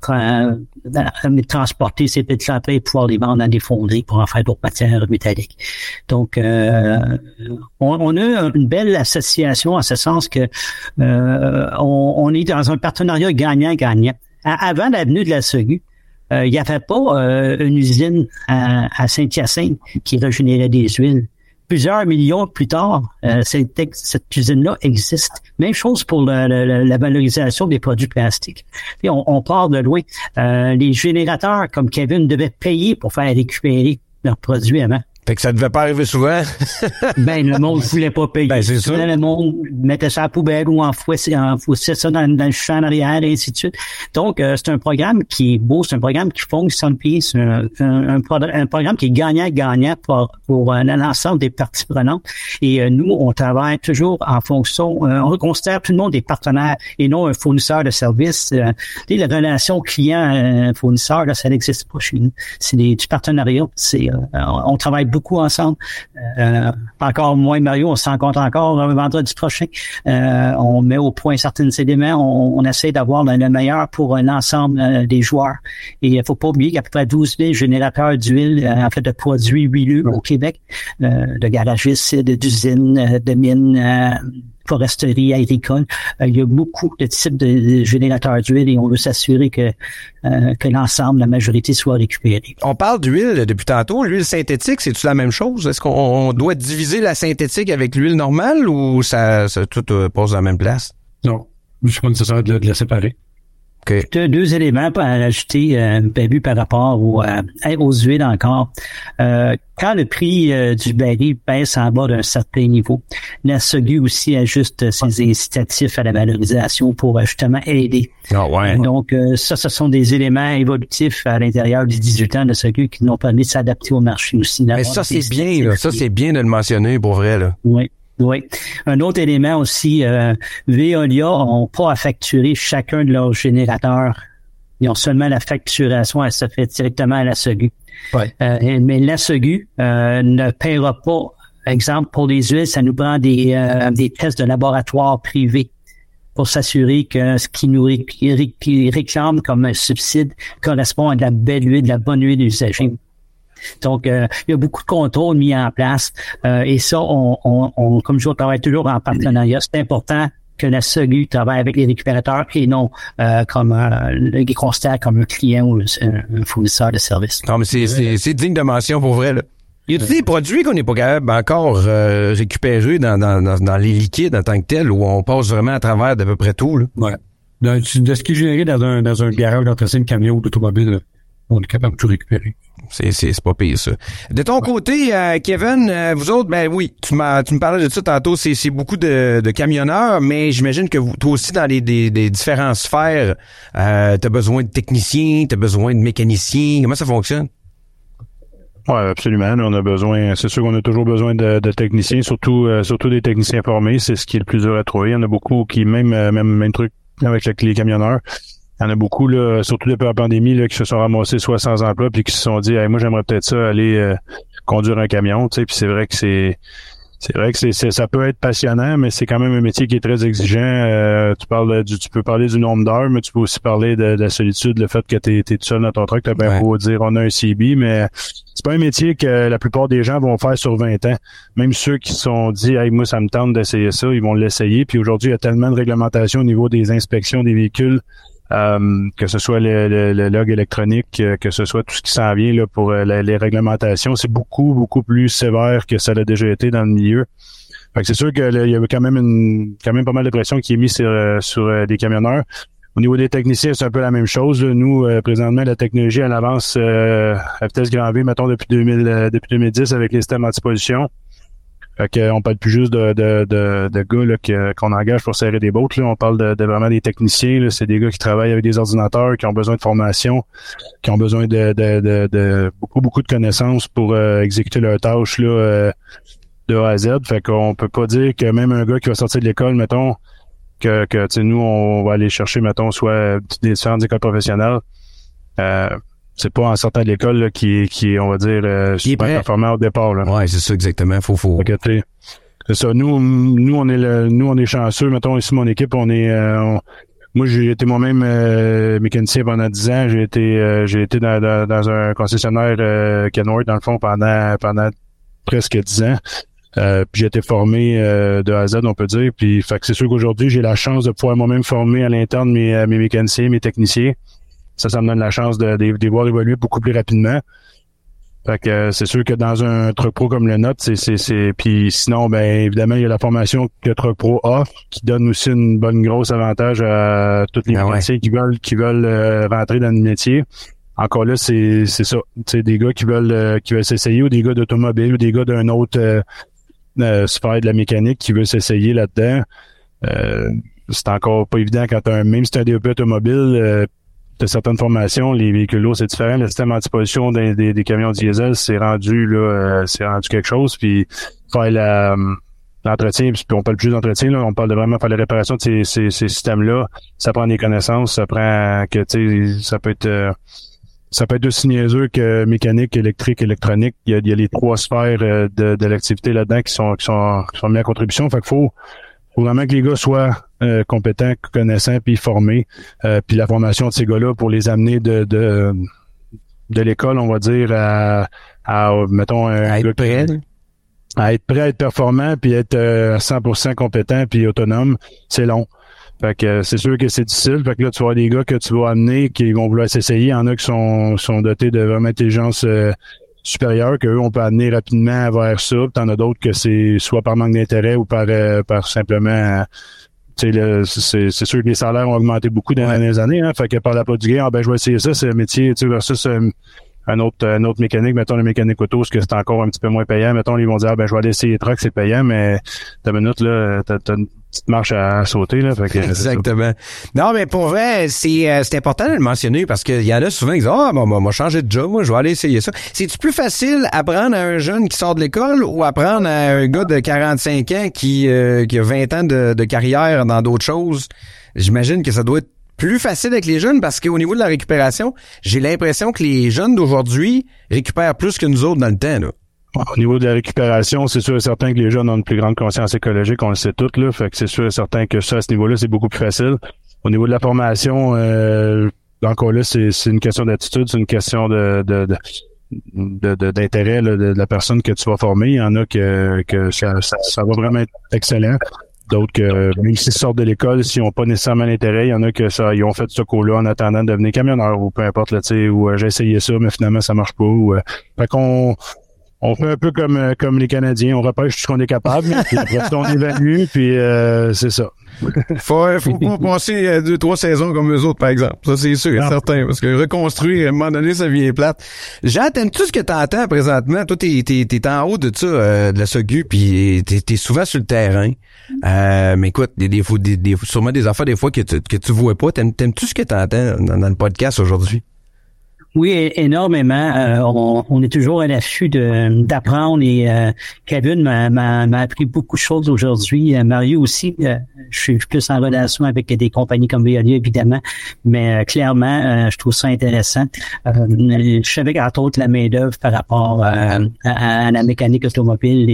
Speaker 2: transporter ces petites après et pouvoir les vendre dans des fonderies pour en faire d'autres matières métalliques. Donc, on a une belle association en ce sens que on est dans un partenariat gagnant-gagnant. Avant l'avenue de la SOGU, il n'y avait pas une usine à Saint-Hyacinthe qui régénérait des huiles. Plusieurs millions plus tard, cette usine-là existe. Même chose pour la valorisation des produits plastiques. Puis on part de loin. Les générateurs, comme Kevin, devaient payer pour faire récupérer leurs produits avant.
Speaker 1: Fait que ça devait pas arriver souvent.
Speaker 2: Ben, le monde voulait pas payer.
Speaker 1: Ben, c'est ça.
Speaker 2: Le monde mettait ça à la poubelle ou enfouissait ça dans le champ en arrière, et ainsi de suite. Donc, c'est un programme qui est beau, c'est un programme qui fonctionne bien, c'est un programme qui est gagnant-gagnant pour l'ensemble des parties prenantes. Et nous, on travaille toujours en fonction, on considère tout le monde des partenaires et non un fournisseur de services. La relation client-fournisseur, là, ça n'existe pas chez nous. C'est du partenariat. On travaille beaucoup ensemble. encore moins Mario, on se rencontre encore vendredi prochain. On met au point certains éléments. On essaie d'avoir le meilleur pour l'ensemble des joueurs. Et il faut pas oublier qu'il y a à peu près 12 000 générateurs d'huile, en fait, de produits huileux au Québec, de garagistes, d'usines, de mines, foresterie agricole. Il y a beaucoup de types de générateurs d'huile et on veut s'assurer que l'ensemble, la majorité soit récupérée.
Speaker 1: On parle d'huile depuis tantôt. L'huile synthétique, c'est-tu la même chose? Est-ce qu'on doit diviser la synthétique avec l'huile normale ou ça tout passe à la même place?
Speaker 3: Non. Je suis pas nécessaire de la séparer.
Speaker 1: Okay.
Speaker 2: Deux éléments à ajouter, Babu, par rapport aux huiles encore. Quand le prix du baril baisse en bas d'un certain niveau, la SOGU aussi ajuste ses incitatifs à la valorisation pour justement aider.
Speaker 1: Oh, ouais.
Speaker 2: Donc, ce sont des éléments évolutifs à l'intérieur des 18 ans de SOGU qui nous ont permis de s'adapter au marché aussi.
Speaker 1: Mais ça, c'est bien, là. Ça, c'est bien de le mentionner pour vrai, là.
Speaker 2: Oui. Oui. Un autre élément aussi, Veolia n'ont pas à facturer chacun de leurs générateurs. Ils ont seulement la facturation, elle se fait directement à la SOGU.
Speaker 1: Ouais.
Speaker 2: Mais la SOGU ne paiera pas, exemple, pour les huiles, ça nous prend des tests de laboratoire privés pour s'assurer que ce qui nous réclame comme un subside correspond à de la belle huile, de la bonne huile usagée. Donc, il y a beaucoup de contrôles mis en place et ça, on comme je travaille toujours en partenariat. C'est important que la SOGU travaille avec les récupérateurs et non comme les constats comme un client ou un fournisseur de services.
Speaker 1: Non, mais c'est digne de mention pour vrai, là. Y a-t-il des produits qu'on n'est pas capable encore récupérer dans les liquides en tant que tel, où on passe vraiment à travers d'à peu près tout, là?
Speaker 3: Ouais. De ce qui est généré dans un garage d'entretien de camion ou d'automobile, on est capable de tout récupérer.
Speaker 1: C'est pas pire, ça. De ton côté, Kevin, vous autres, ben oui, tu me parlais de ça tantôt, c'est beaucoup de camionneurs, mais j'imagine que toi aussi, dans des différentes sphères, t'as besoin de techniciens, t'as besoin de mécaniciens. Comment ça fonctionne?
Speaker 4: Ouais, absolument. On a besoin, c'est sûr qu'on a toujours besoin de techniciens, surtout des techniciens formés. C'est ce qui est le plus dur à trouver. Il y en a beaucoup qui, même truc avec les camionneurs. Il y en a beaucoup, là, surtout depuis la pandémie, là, qui se sont ramassés soit sans emploi puis qui se sont dit, hey, moi, j'aimerais peut-être ça aller conduire un camion, tu sais. Puis c'est vrai que ça peut être passionnant, mais c'est quand même un métier qui est très exigeant. Tu peux parler du nombre d'heures, mais tu peux aussi parler de la solitude, le fait que t'es tout seul dans ton truck. T'as bien beau dire, on a un CB, mais c'est pas un métier que la plupart des gens vont faire sur 20 ans. Même ceux qui se sont dit, hey, moi, ça me tente d'essayer ça, ils vont l'essayer. Puis aujourd'hui, il y a tellement de réglementation au niveau des inspections des véhicules. Que ce soit le log électronique, que ce soit tout ce qui s'en vient là pour les réglementations, c'est beaucoup, beaucoup plus sévère que ça l'a déjà été dans le milieu. Fait que c'est sûr qu'il y a quand même pas mal de pression qui est mise sur les camionneurs. Au niveau des techniciens, c'est un peu la même chose. Là. Nous, présentement, la technologie, elle avance à vitesse grand V, mettons, depuis 2010 avec les systèmes anti-pollution. Fait qu'on parle plus juste de gars là, qu'on engage pour serrer des bottes. Là. On parle de vraiment des techniciens. Là. C'est des gars qui travaillent avec des ordinateurs, qui ont besoin de formation, qui ont besoin de beaucoup de connaissances pour exécuter leurs tâches là, de A à Z. Fait qu'on peut pas dire que même un gars qui va sortir de l'école, mettons, que nous, on va aller chercher, mettons, soit des différentes écoles professionnelles. C'est pas en sortant de l'école là, qui est, on va dire, super performant au départ. Là.
Speaker 1: Ouais, c'est ça exactement. Faut.
Speaker 4: C'est ça. Nous, on est chanceux. Mettons ici mon équipe, moi j'ai été moi-même mécanicien pendant 10 ans. J'ai été dans un concessionnaire Kenworth dans le fond pendant presque 10 ans. Puis j'ai été formé de A à Z, on peut dire. Puis fait que c'est sûr qu'aujourd'hui j'ai la chance de pouvoir moi-même former à l'interne mes mécaniciens, mes techniciens. Ça me donne la chance de les voir évoluer beaucoup plus rapidement. Fait que c'est sûr que dans un truck pro comme le nôtre, c'est puis sinon, ben évidemment, il y a la formation que le truck pro offre, qui donne aussi une bonne grosse avantage à tous les métiers qui veulent rentrer dans le métier. Encore là, c'est ça. Tu des gars qui veulent s'essayer, ou des gars d'automobile, ou des gars d'un autre sphère de la mécanique qui veulent s'essayer là-dedans. C'est encore pas évident quand même si t'as un DEP automobile, de certaines formations, les véhicules lourds, c'est différent. Le système anti-pollution des camions diesel, c'est rendu quelque chose. Puis faire l'entretien, puis on parle plus d'entretien, là, on parle de vraiment faire la réparation de ces systèmes-là. Ça prend des connaissances, ça prend que ça peut être ça peut être aussi niaiseux que mécanique, électrique, électronique. Il y a les 3 sphères de l'activité là-dedans qui sont mis à contribution. Fait qu'il faut vraiment que les gars soient compétents, connaissants, puis formés. Puis la formation de ces gars-là pour les amener de l'école, on va dire, à mettons,
Speaker 1: à être prêt.
Speaker 4: À être prêt, à être performant, puis être à 100% compétent, puis autonome, c'est long. Fait que c'est sûr que c'est difficile. Fait que là, tu vas avoir des gars que tu vas amener qui vont vouloir s'essayer. Il y en a qui sont dotés de vraiment intelligence supérieure, qu'eux, on peut amener rapidement vers ça. Puis t'en as d'autres que c'est soit par manque d'intérêt ou par simplement... c'est sûr que les salaires ont augmenté beaucoup dans les dernières années. Hein? Fait que par la porte du gars, je vais essayer ça, c'est un métier versus un autre mécanique, mettons le mécanique auto, parce que c'est encore un petit peu moins payant. Mettons, ils vont dire, je vais aller essayer les trucks, c'est payant, mais t'as une minute, là, t'as une petite marche à sauter, là. Fait que,
Speaker 1: exactement. Non, mais pour vrai, c'est important de le mentionner parce qu'il y en a souvent qui disent, m'a changé de job, moi, je vais aller essayer ça. C'est-tu plus facile apprendre à un jeune qui sort de l'école ou apprendre à un gars de 45 ans qui a 20 ans de carrière dans d'autres choses? J'imagine que ça doit être plus facile avec les jeunes parce qu'au niveau de la récupération, j'ai l'impression que les jeunes d'aujourd'hui récupèrent plus que nous autres dans le temps, là.
Speaker 4: Au niveau de la récupération, c'est sûr et certain que les jeunes ont une plus grande conscience écologique, on le sait tous, là. Fait que c'est sûr et certain que ça, à ce niveau-là, c'est beaucoup plus facile. Au niveau de la formation, encore là, c'est une question d'attitude, c'est une question d'intérêt là, de la personne que tu vas former. Il y en a que ça va vraiment être excellent. D'autres que, même s'ils sortent de l'école, s'ils n'ont pas nécessairement l'intérêt, il y en a que ils ont fait ce cours-là en attendant de devenir camionneur ou peu importe, là, tu sais, ou j'ai essayé ça, mais finalement, ça marche pas. Fait qu'on fait un peu comme les Canadiens, on repêche tout ce qu'on est capable, puis après ça, on évalue, puis c'est ça.
Speaker 1: Faut pas passer 2-3 saisons comme eux autres, par exemple. Ça, c'est sûr, certain, parce que reconstruire, à un moment donné, ça vient plate. Jean, t'aimes-tu ce que t'entends présentement? Toi, t'es en haut de ça, de la SOGU, puis t'es souvent sur le terrain. Mais écoute, sûrement des affaires, des fois, que tu vois pas. T'aimes-tu ce que t'entends dans le podcast aujourd'hui?
Speaker 2: Oui, énormément. On est toujours à l'affût d'apprendre et Kevin m'a appris beaucoup de choses aujourd'hui. Mario aussi. Je suis plus en relation avec des compagnies comme Veolia, évidemment, mais clairement, je trouve ça intéressant. Je savais qu'entre autres la main-d'œuvre par rapport à la mécanique automobile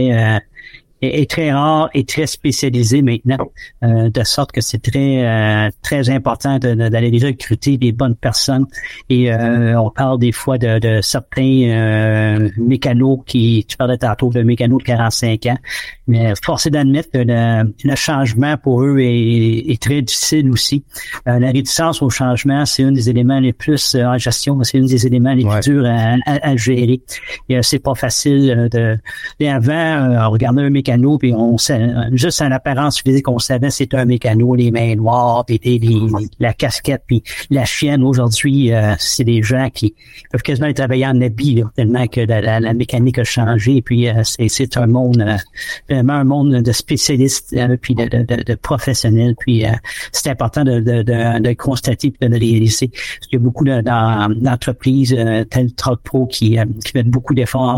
Speaker 2: est très rare et très spécialisé maintenant, de sorte que c'est très important d'aller recruter des bonnes personnes. Et on parle des fois de certains mécanos tu parlais tantôt de mécanos de 45 ans, mais force est d'admettre que le changement pour eux est très difficile aussi. La réticence au changement, c'est un des éléments les plus en gestion, c'est un des éléments les plus durs à gérer. Et c'est pas facile avant, on regardait un mécano, puis juste en apparence physique, on savait c'était un mécano, les mains noires, puis la casquette, puis la chienne. Aujourd'hui, c'est des gens qui peuvent quasiment travailler en habit, là, tellement que la mécanique a changé. Puis c'est un monde, vraiment un monde de spécialistes, puis de professionnels. Puis c'est important de constater et de le réaliser. Parce qu'il y a beaucoup d'entreprises telles Truck Pro qui mettent beaucoup d'efforts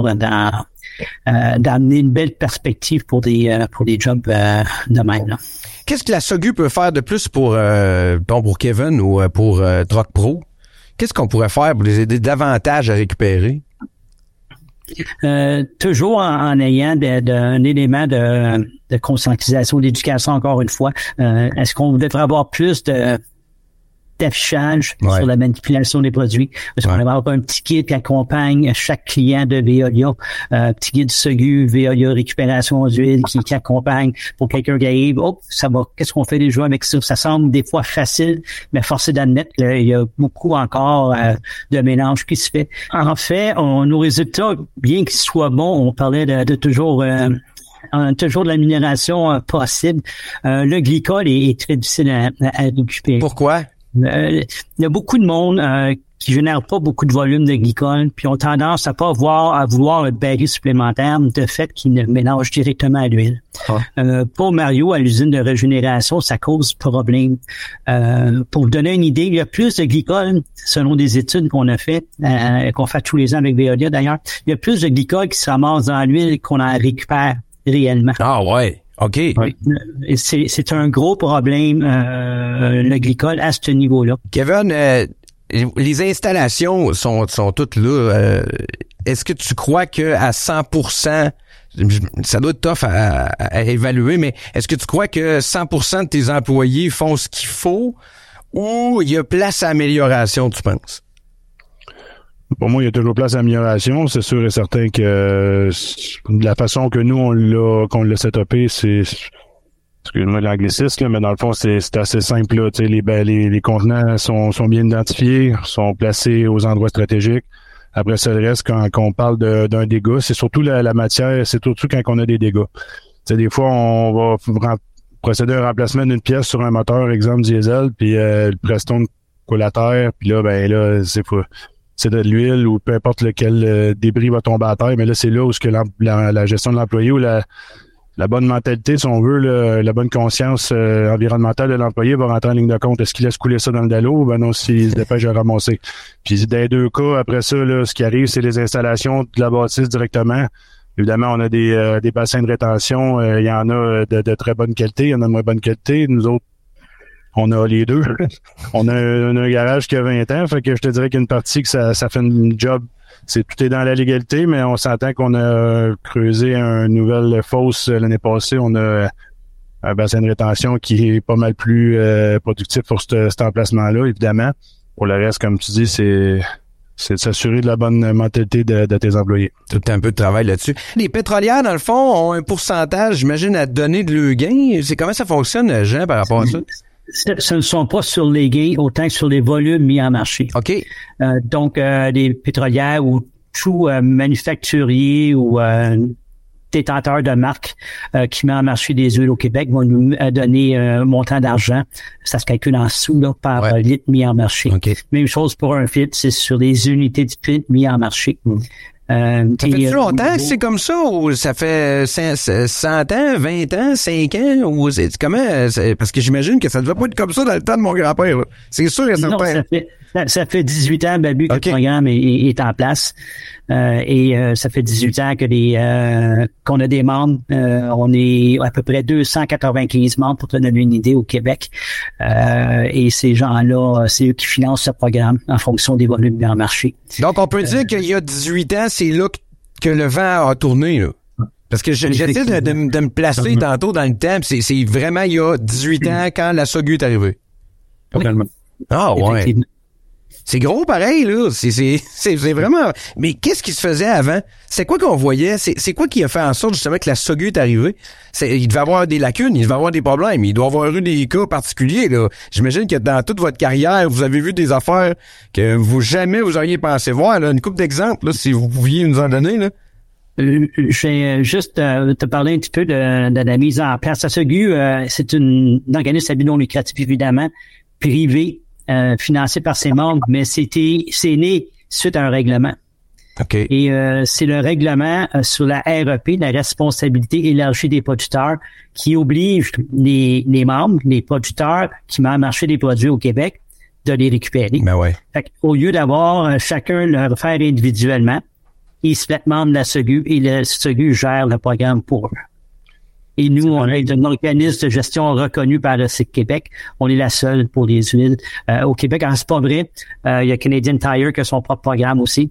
Speaker 2: d'amener une belle perspective pour des jobs de même, là.
Speaker 1: Qu'est-ce que la SOGU peut faire de plus pour Kevin ou pour Truck Pro? Qu'est-ce qu'on pourrait faire pour les aider davantage à récupérer?
Speaker 2: Toujours en ayant un élément de conscientisation, d'éducation, encore une fois. Est-ce qu'on devrait avoir plus d'affichage sur la manipulation des produits? Parce qu'on va avoir un petit guide qui accompagne chaque client de Veolia, petit guide SOGU, Veolia récupération d'huile qui accompagne pour quelqu'un qui arrive. Qu'est-ce qu'on fait déjà avec ça? Ça semble des fois facile, mais force est d'admettre qu'il y a beaucoup encore de mélange qui se fait. En fait, nos résultats, bien qu'ils soient bons, on parlait de toujours de l'amélioration possible. Le glycol est très difficile à récupérer.
Speaker 1: Pourquoi?
Speaker 2: Il y a beaucoup de monde qui génère pas beaucoup de volume de glycol, puis ont tendance à vouloir un baril supplémentaire de fait qu'ils ne mélangent directement à l'huile. Pour Mario, à l'usine de régénération, ça cause problème. Pour vous donner une idée, il y a plus de glycol, selon des études qu'on a fait, qu'on fait tous les ans avec Veolia d'ailleurs, il y a plus de glycol qui se ramasse dans l'huile qu'on en récupère réellement.
Speaker 1: Ah ouais. OK.
Speaker 2: C'est un gros problème, le glycol, à ce niveau-là.
Speaker 1: Kevin, les installations sont toutes là. Est-ce que tu crois que à 100%, ça doit être tough à évaluer, mais est-ce que tu crois que 100% de tes employés font ce qu'il faut ou il y a place à amélioration, tu penses?
Speaker 4: Pour moi, il y a toujours place à amélioration. C'est sûr et certain que la façon que nous, qu'on l'a setupé, c'est, excuse-moi l'anglicisme, là, mais dans le fond, c'est assez simple, là. Tu sais, les contenants sont bien identifiés, sont placés aux endroits stratégiques. Après ça, le reste, quand on parle d'un dégât, c'est surtout la matière, c'est surtout quand on a des dégâts. Tu sais, des fois, on va procéder à un remplacement d'une pièce sur un moteur, exemple diesel, puis le Preston coule à terre, puis là, c'est de l'huile ou peu importe lequel débris va tomber à terre, mais là, c'est là où ce que la gestion de l'employé ou la bonne mentalité, si on veut, la bonne conscience environnementale de l'employé va rentrer en ligne de compte. Est-ce qu'il laisse couler ça dans le dallo? Ben non, s'il se dépêche à ramasser. Puis dans les deux cas, après ça, là, ce qui arrive, c'est les installations de la bâtisse directement. Évidemment, on a des bassins de rétention. Il y en a de très bonne qualité, il y en a de moins bonne qualité. Nous autres, on a les deux. on a un garage qui a 20 ans, fait que je te dirais qu'une partie que ça fait une job, tout est dans la légalité, mais on s'entend qu'on a creusé une nouvelle fosse l'année passée. On a un bassin de rétention qui est pas mal plus productif pour cet emplacement-là, évidemment. Pour le reste, comme tu dis, c'est de s'assurer de la bonne mentalité de tes employés.
Speaker 1: Tout un peu de travail là-dessus. Les pétrolières, dans le fond, ont un pourcentage, j'imagine, à donner de leur gain. C'est comment ça fonctionne, Jean, par rapport à ça?
Speaker 2: Ce ne sont pas sur les gains autant que sur les volumes mis en marché.
Speaker 1: OK.
Speaker 2: Donc, les pétrolières ou tout manufacturier ou détenteur de marque qui met en marché des huiles au Québec vont nous donner un montant d'argent. Ça se calcule en sous là, par litre mis en marché.
Speaker 1: Okay.
Speaker 2: Même chose pour un filtre, c'est sur les unités de filtre mis en marché.
Speaker 1: Ça fait longtemps que c'est comme ça ou ça fait 100 ans, 20 ans, 5 ans ou c'est comment? Parce que j'imagine que ça devait pas être comme ça dans le temps de mon grand-père. Là. C'est sûr et certain.
Speaker 2: Non, ça fait 18 ans, Babu, que le programme est en place. Et ça fait 18 ans que qu'on a des membres. On est à peu près 295 membres, pour te donner une idée, au Québec. Et ces gens-là, c'est eux qui financent ce programme en fonction des volumes en marché.
Speaker 1: Donc, on peut dire qu'il y a 18 ans, c'est là que le vent a tourné, là. Parce que j'essaie de me placer tantôt dans le temps, c'est vraiment il y a 18 ans quand la SOGU est arrivée.
Speaker 3: Totalement.
Speaker 1: Ah ouais. C'est gros pareil, là. C'est vraiment... Mais qu'est-ce qui se faisait avant? C'est quoi qu'on voyait? C'est quoi qui a fait en sorte, justement, que la SOGU est arrivée? Il devait avoir des lacunes, il devait avoir des problèmes, il doit avoir eu des cas particuliers, là. J'imagine que dans toute votre carrière, vous avez vu des affaires que jamais vous auriez pensé voir, là. Une couple d'exemples, là, si vous pouviez nous en donner, là.
Speaker 2: Je vais juste te parler un petit peu de la mise en place. La SOGU, c'est un organisme à but non lucratif, évidemment, privé, financé par ses membres, mais c'est né suite à un règlement.
Speaker 1: Okay.
Speaker 2: Et c'est le règlement sur la REP, la responsabilité élargie des producteurs, qui oblige les membres, les producteurs qui mettent en marché des produits au Québec, de les récupérer.
Speaker 1: Ben ouais.
Speaker 2: Fait au lieu d'avoir chacun le faire individuellement, ils se mettent membres de la SOGU et la SOGU gère le programme pour eux. Et nous, on est un organisme de gestion reconnu par le CIC Québec. On est la seule pour les huiles. Au Québec, c'est pas vrai. Il y a Canadian Tire qui a son propre programme aussi.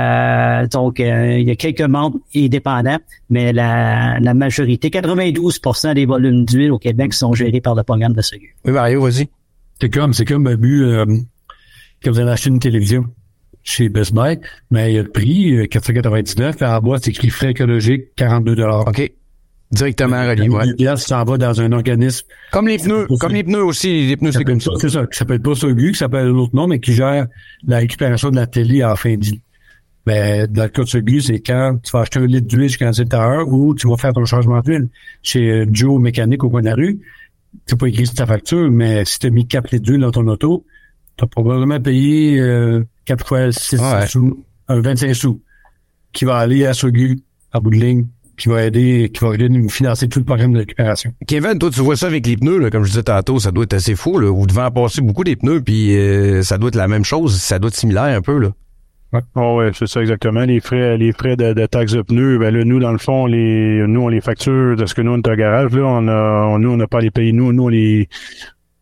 Speaker 2: Donc, il y a quelques membres indépendants, mais la majorité, 92% des volumes d'huile au Québec sont gérés par le programme de SOGU.
Speaker 1: Oui, Mario, vas-y.
Speaker 3: C'est comme Babu, quand vous allez acheter une télévision chez Best Buy, mais il y a le prix, 499, à la boîte, c'est écrit frais écologiques, 42 $.
Speaker 1: OK. Directement relié, ouais.
Speaker 3: Là, ça va dans un organisme.
Speaker 1: Comme les pneus aussi, les pneus, c'est comme ça.
Speaker 3: C'est ça, qui s'appelle pas SOGU, qui s'appelle l'autre nom, mais qui gère la récupération de la télé à la fin de vie. Ben, dans le cas de SOGU, c'est quand tu vas acheter 1 litre d'huile chez Canadian Tire ou tu vas faire ton changement d'huile chez Joe Mécanique au coin de la rue. C'est pas écrit sur ta facture, mais si tu as mis 4 litres d'huile dans ton auto, tu as probablement payé 4 fois 6 sous, 25 sous, qui va aller à SOGU, à bout de ligne, qui va aider nous financer tout le programme de récupération.
Speaker 1: Kevin, toi, tu vois ça avec les pneus, là, comme je disais tantôt, ça doit être assez fou, là. Vous devez en passer beaucoup des pneus, puis ça doit être la même chose, ça doit être similaire un peu, là.
Speaker 4: Ouais. Oh ouais, c'est ça exactement. Les frais de taxes de pneus, ben là, nous, dans le fond, on les facture de ce que nous, on est un garage, là, on n'a pas à les payer, nous,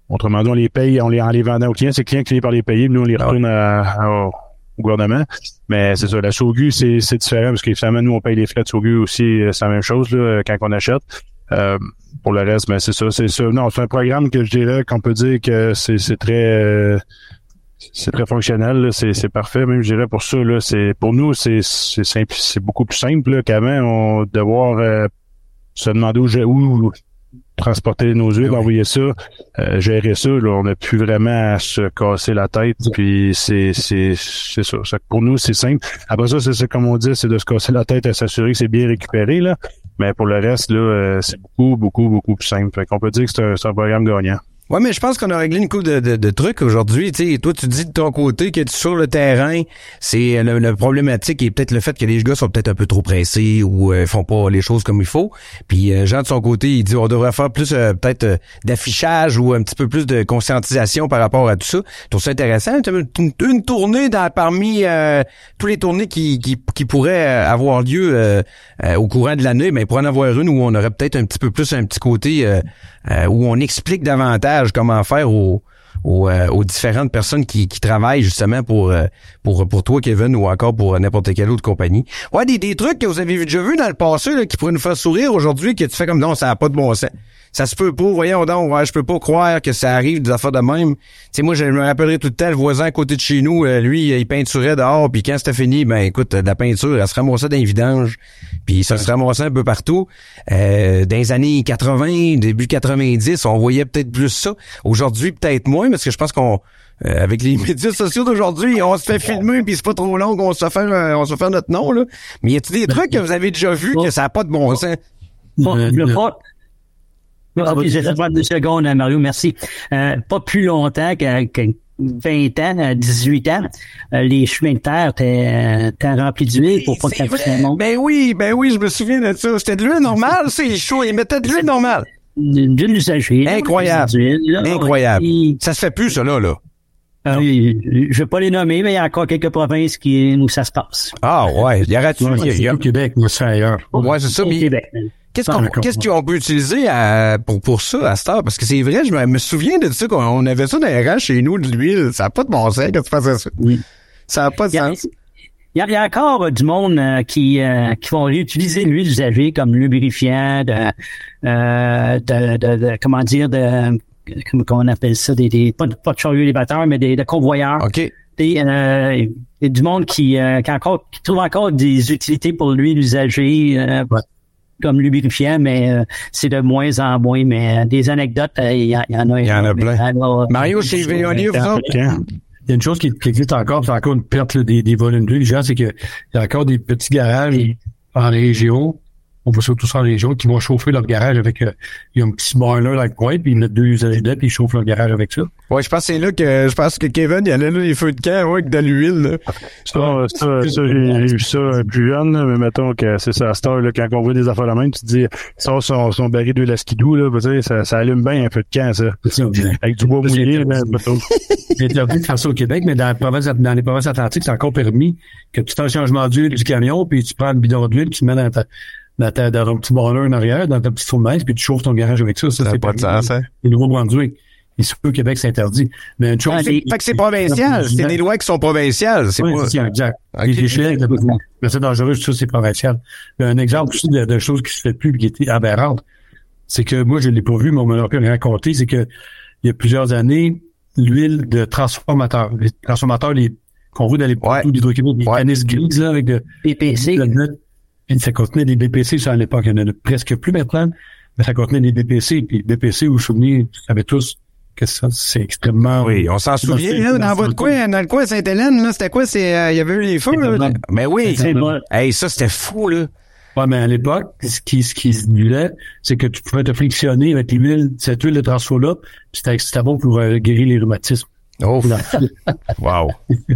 Speaker 4: Autrement dit, on les paye en les vendant aux clients. C'est le client qui finit par les payer, nous, on les retourne au gouvernement. Mais c'est ça, la SOGU, c'est différent parce qu'évidemment, nous, on paye les frais de SOGU aussi. C'est la même chose là, quand on achète. Pour le reste, mais c'est ça. Non, c'est un programme que je dirais qu'on peut dire que c'est très fonctionnel, là, c'est parfait. Même je dirais pour ça, là, pour nous, c'est simple, c'est beaucoup plus simple là, qu'avant. On devoir se demander où transporter nos huiles, envoyer ça, gérer ça. Là, on n'a plus vraiment à se casser la tête. Puis c'est ça. Pour nous, c'est simple. Après ça, c'est ça, comme on dit, c'est de se casser la tête et s'assurer que c'est bien récupéré, là. Mais pour le reste, là, c'est beaucoup plus simple. Fait qu'on peut dire que c'est un programme gagnant.
Speaker 1: Ouais, mais je pense qu'on a réglé une couple de trucs aujourd'hui. Tu sais, toi, tu dis de ton côté que sur le terrain, c'est le problématique et peut-être le fait que les gars sont peut-être un peu trop pressés ou font pas les choses comme il faut. Puis Jean, de son côté, il dit on devrait faire plus peut-être d'affichage ou un petit peu plus de conscientisation par rapport à tout ça. Je trouve ça intéressant. Une tournée parmi tous les tournées qui pourraient avoir lieu au courant de l'année, mais pour en avoir une où on aurait peut-être un petit côté où on explique davantage comment faire aux différentes personnes qui travaillent justement pour toi, Kevin, ou encore pour n'importe quelle autre compagnie. Ouais, des trucs que vous avez déjà vus dans le passé là, qui pourraient nous faire sourire aujourd'hui, que tu fais comme non, ça n'a pas de bon sens. Ça se peut pas, voyons donc, ouais, je peux pas croire que ça arrive des affaires de même. Tu sais, moi, je me rappellerai tout le temps, le voisin à côté de chez nous, lui, il peinturait dehors, puis quand c'était fini, ben écoute, la peinture, elle se ramassait dans les vidanges, puis ça se ramassait un peu partout. Dans les années 80, début 90, on voyait peut-être plus ça. Aujourd'hui, peut-être moins, parce que je pense qu'on avec les médias sociaux d'aujourd'hui, on se fait filmer puis c'est pas trop long qu'on se fait faire notre nom là. Mais y a-t-il des trucs que vous avez déjà vus que ça n'a pas de bon sens?
Speaker 2: Ok, je vais faire 2 secondes, Mario, merci. Pas plus longtemps que 20 ans, 18 ans, les chemins de terre étaient remplis d'huile pour pas que ça monte.
Speaker 1: Ben oui, je me souviens de ça. C'était de l'huile normale, c'est chaud. Ils mettaient de l'huile normale.
Speaker 2: D'huile usagée.
Speaker 1: Incroyable. Incroyable. Ça se fait plus, ça, là.
Speaker 2: Je vais pas les nommer, mais il y a encore quelques provinces où ça se passe.
Speaker 1: Ah, ouais. Il y aura
Speaker 3: au Québec, mais c'est ailleurs.
Speaker 1: Ouais, c'est ça.
Speaker 2: Au Québec.
Speaker 1: Qu'est-ce qu'on peut utiliser pour ça à cette heure? Parce que c'est vrai, je me souviens de ça, qu'on avait ça dans les rangs chez nous, de l'huile. Ça n'a pas de bon sens quand tu faisais ça.
Speaker 2: Oui.
Speaker 1: Ça n'a pas de sens.
Speaker 2: Il y a encore du monde qui vont réutiliser l'huile usagée comme lubrifiant, comment on appelle ça, pas de chariot élévateur, mais de convoyeurs.
Speaker 1: OK.
Speaker 2: Il y a du monde qui trouve encore des utilités pour l'huile usagée. Comme lubrifiant, mais c'est de moins en moins. Mais des anecdotes, il y en a.
Speaker 1: Il y en a plein. Mario, chez Veolia, vous autres?
Speaker 3: Il y a une chose qui existe encore, c'est encore une perte là, des volumes d'huile. Genre, c'est que il y a encore des petits garages en région. On voit surtout ça en région, qui vont chauffer leur garage avec il y a un petit boiler dans le coin, puis ils mettent 2 usages dedans, puis ils chauffent leur garage avec ça.
Speaker 1: Ouais, je pense que Kevin, il y a là les feux de camp, avec de l'huile, là.
Speaker 4: Ça, j'ai vu ça plus jeune, là, mais mettons que c'est ça, à cette heure, là, quand on voit des affaires la même, tu te dis, ça, son baril d'huile à skidoo, là, tu sais, ça allume bien un feu de camp, ça. Avec du bois mouillé, là, mettons.
Speaker 3: C'est interdit de faire ça au Québec, mais dans les provinces atlantiques, c'est encore permis que tu fais un changement d'huile du camion, puis tu prends le bidon d'huile, tu le mets dans un petit boiler en arrière, dans ta petite fournaise, puis tu chauffes ton garage avec ça. Ça c'est
Speaker 1: pas de sens, hein?
Speaker 3: Le Nouveau-Brunswick. Et sur au Québec, c'est interdit. Mais une chose.
Speaker 1: Fait que c'est provincial. C'est des lois qui sont provinciales. C'est pas.
Speaker 3: C'est exact. Les chiens, c'est dangereux, tout ça, c'est provincial. Mais un exemple aussi de choses qui se fait plus, qui était aberrante, c'est que moi, je l'ai pas vu, mais on m'a raconté, c'est que il y a plusieurs années, l'huile de transformateur, les transformateurs, qu'on voit dans les poteaux d'Hydro-Québec, les canisses grises, là, avec de
Speaker 2: PPC.
Speaker 3: Ça contenait des BPC, ça, à l'époque. Il y en a presque plus maintenant, mais ça contenait des BPC. Puis BPC, vous vous souvenez, vous savez tous que ça, c'est extrêmement...
Speaker 1: Oui, on s'en souvient, là, dans votre coin, dans le coin Sainte-Hélène, là, c'était quoi? Il y avait eu les feux, là? Mais oui. Hey, ça, c'était fou, là.
Speaker 3: Ouais, mais à l'époque, ce qui se disait, c'est que tu pouvais te frictionner avec l'huile, cette huile de transfo-là, puis c'était bon pour guérir les rhumatismes.
Speaker 1: Oh, wow.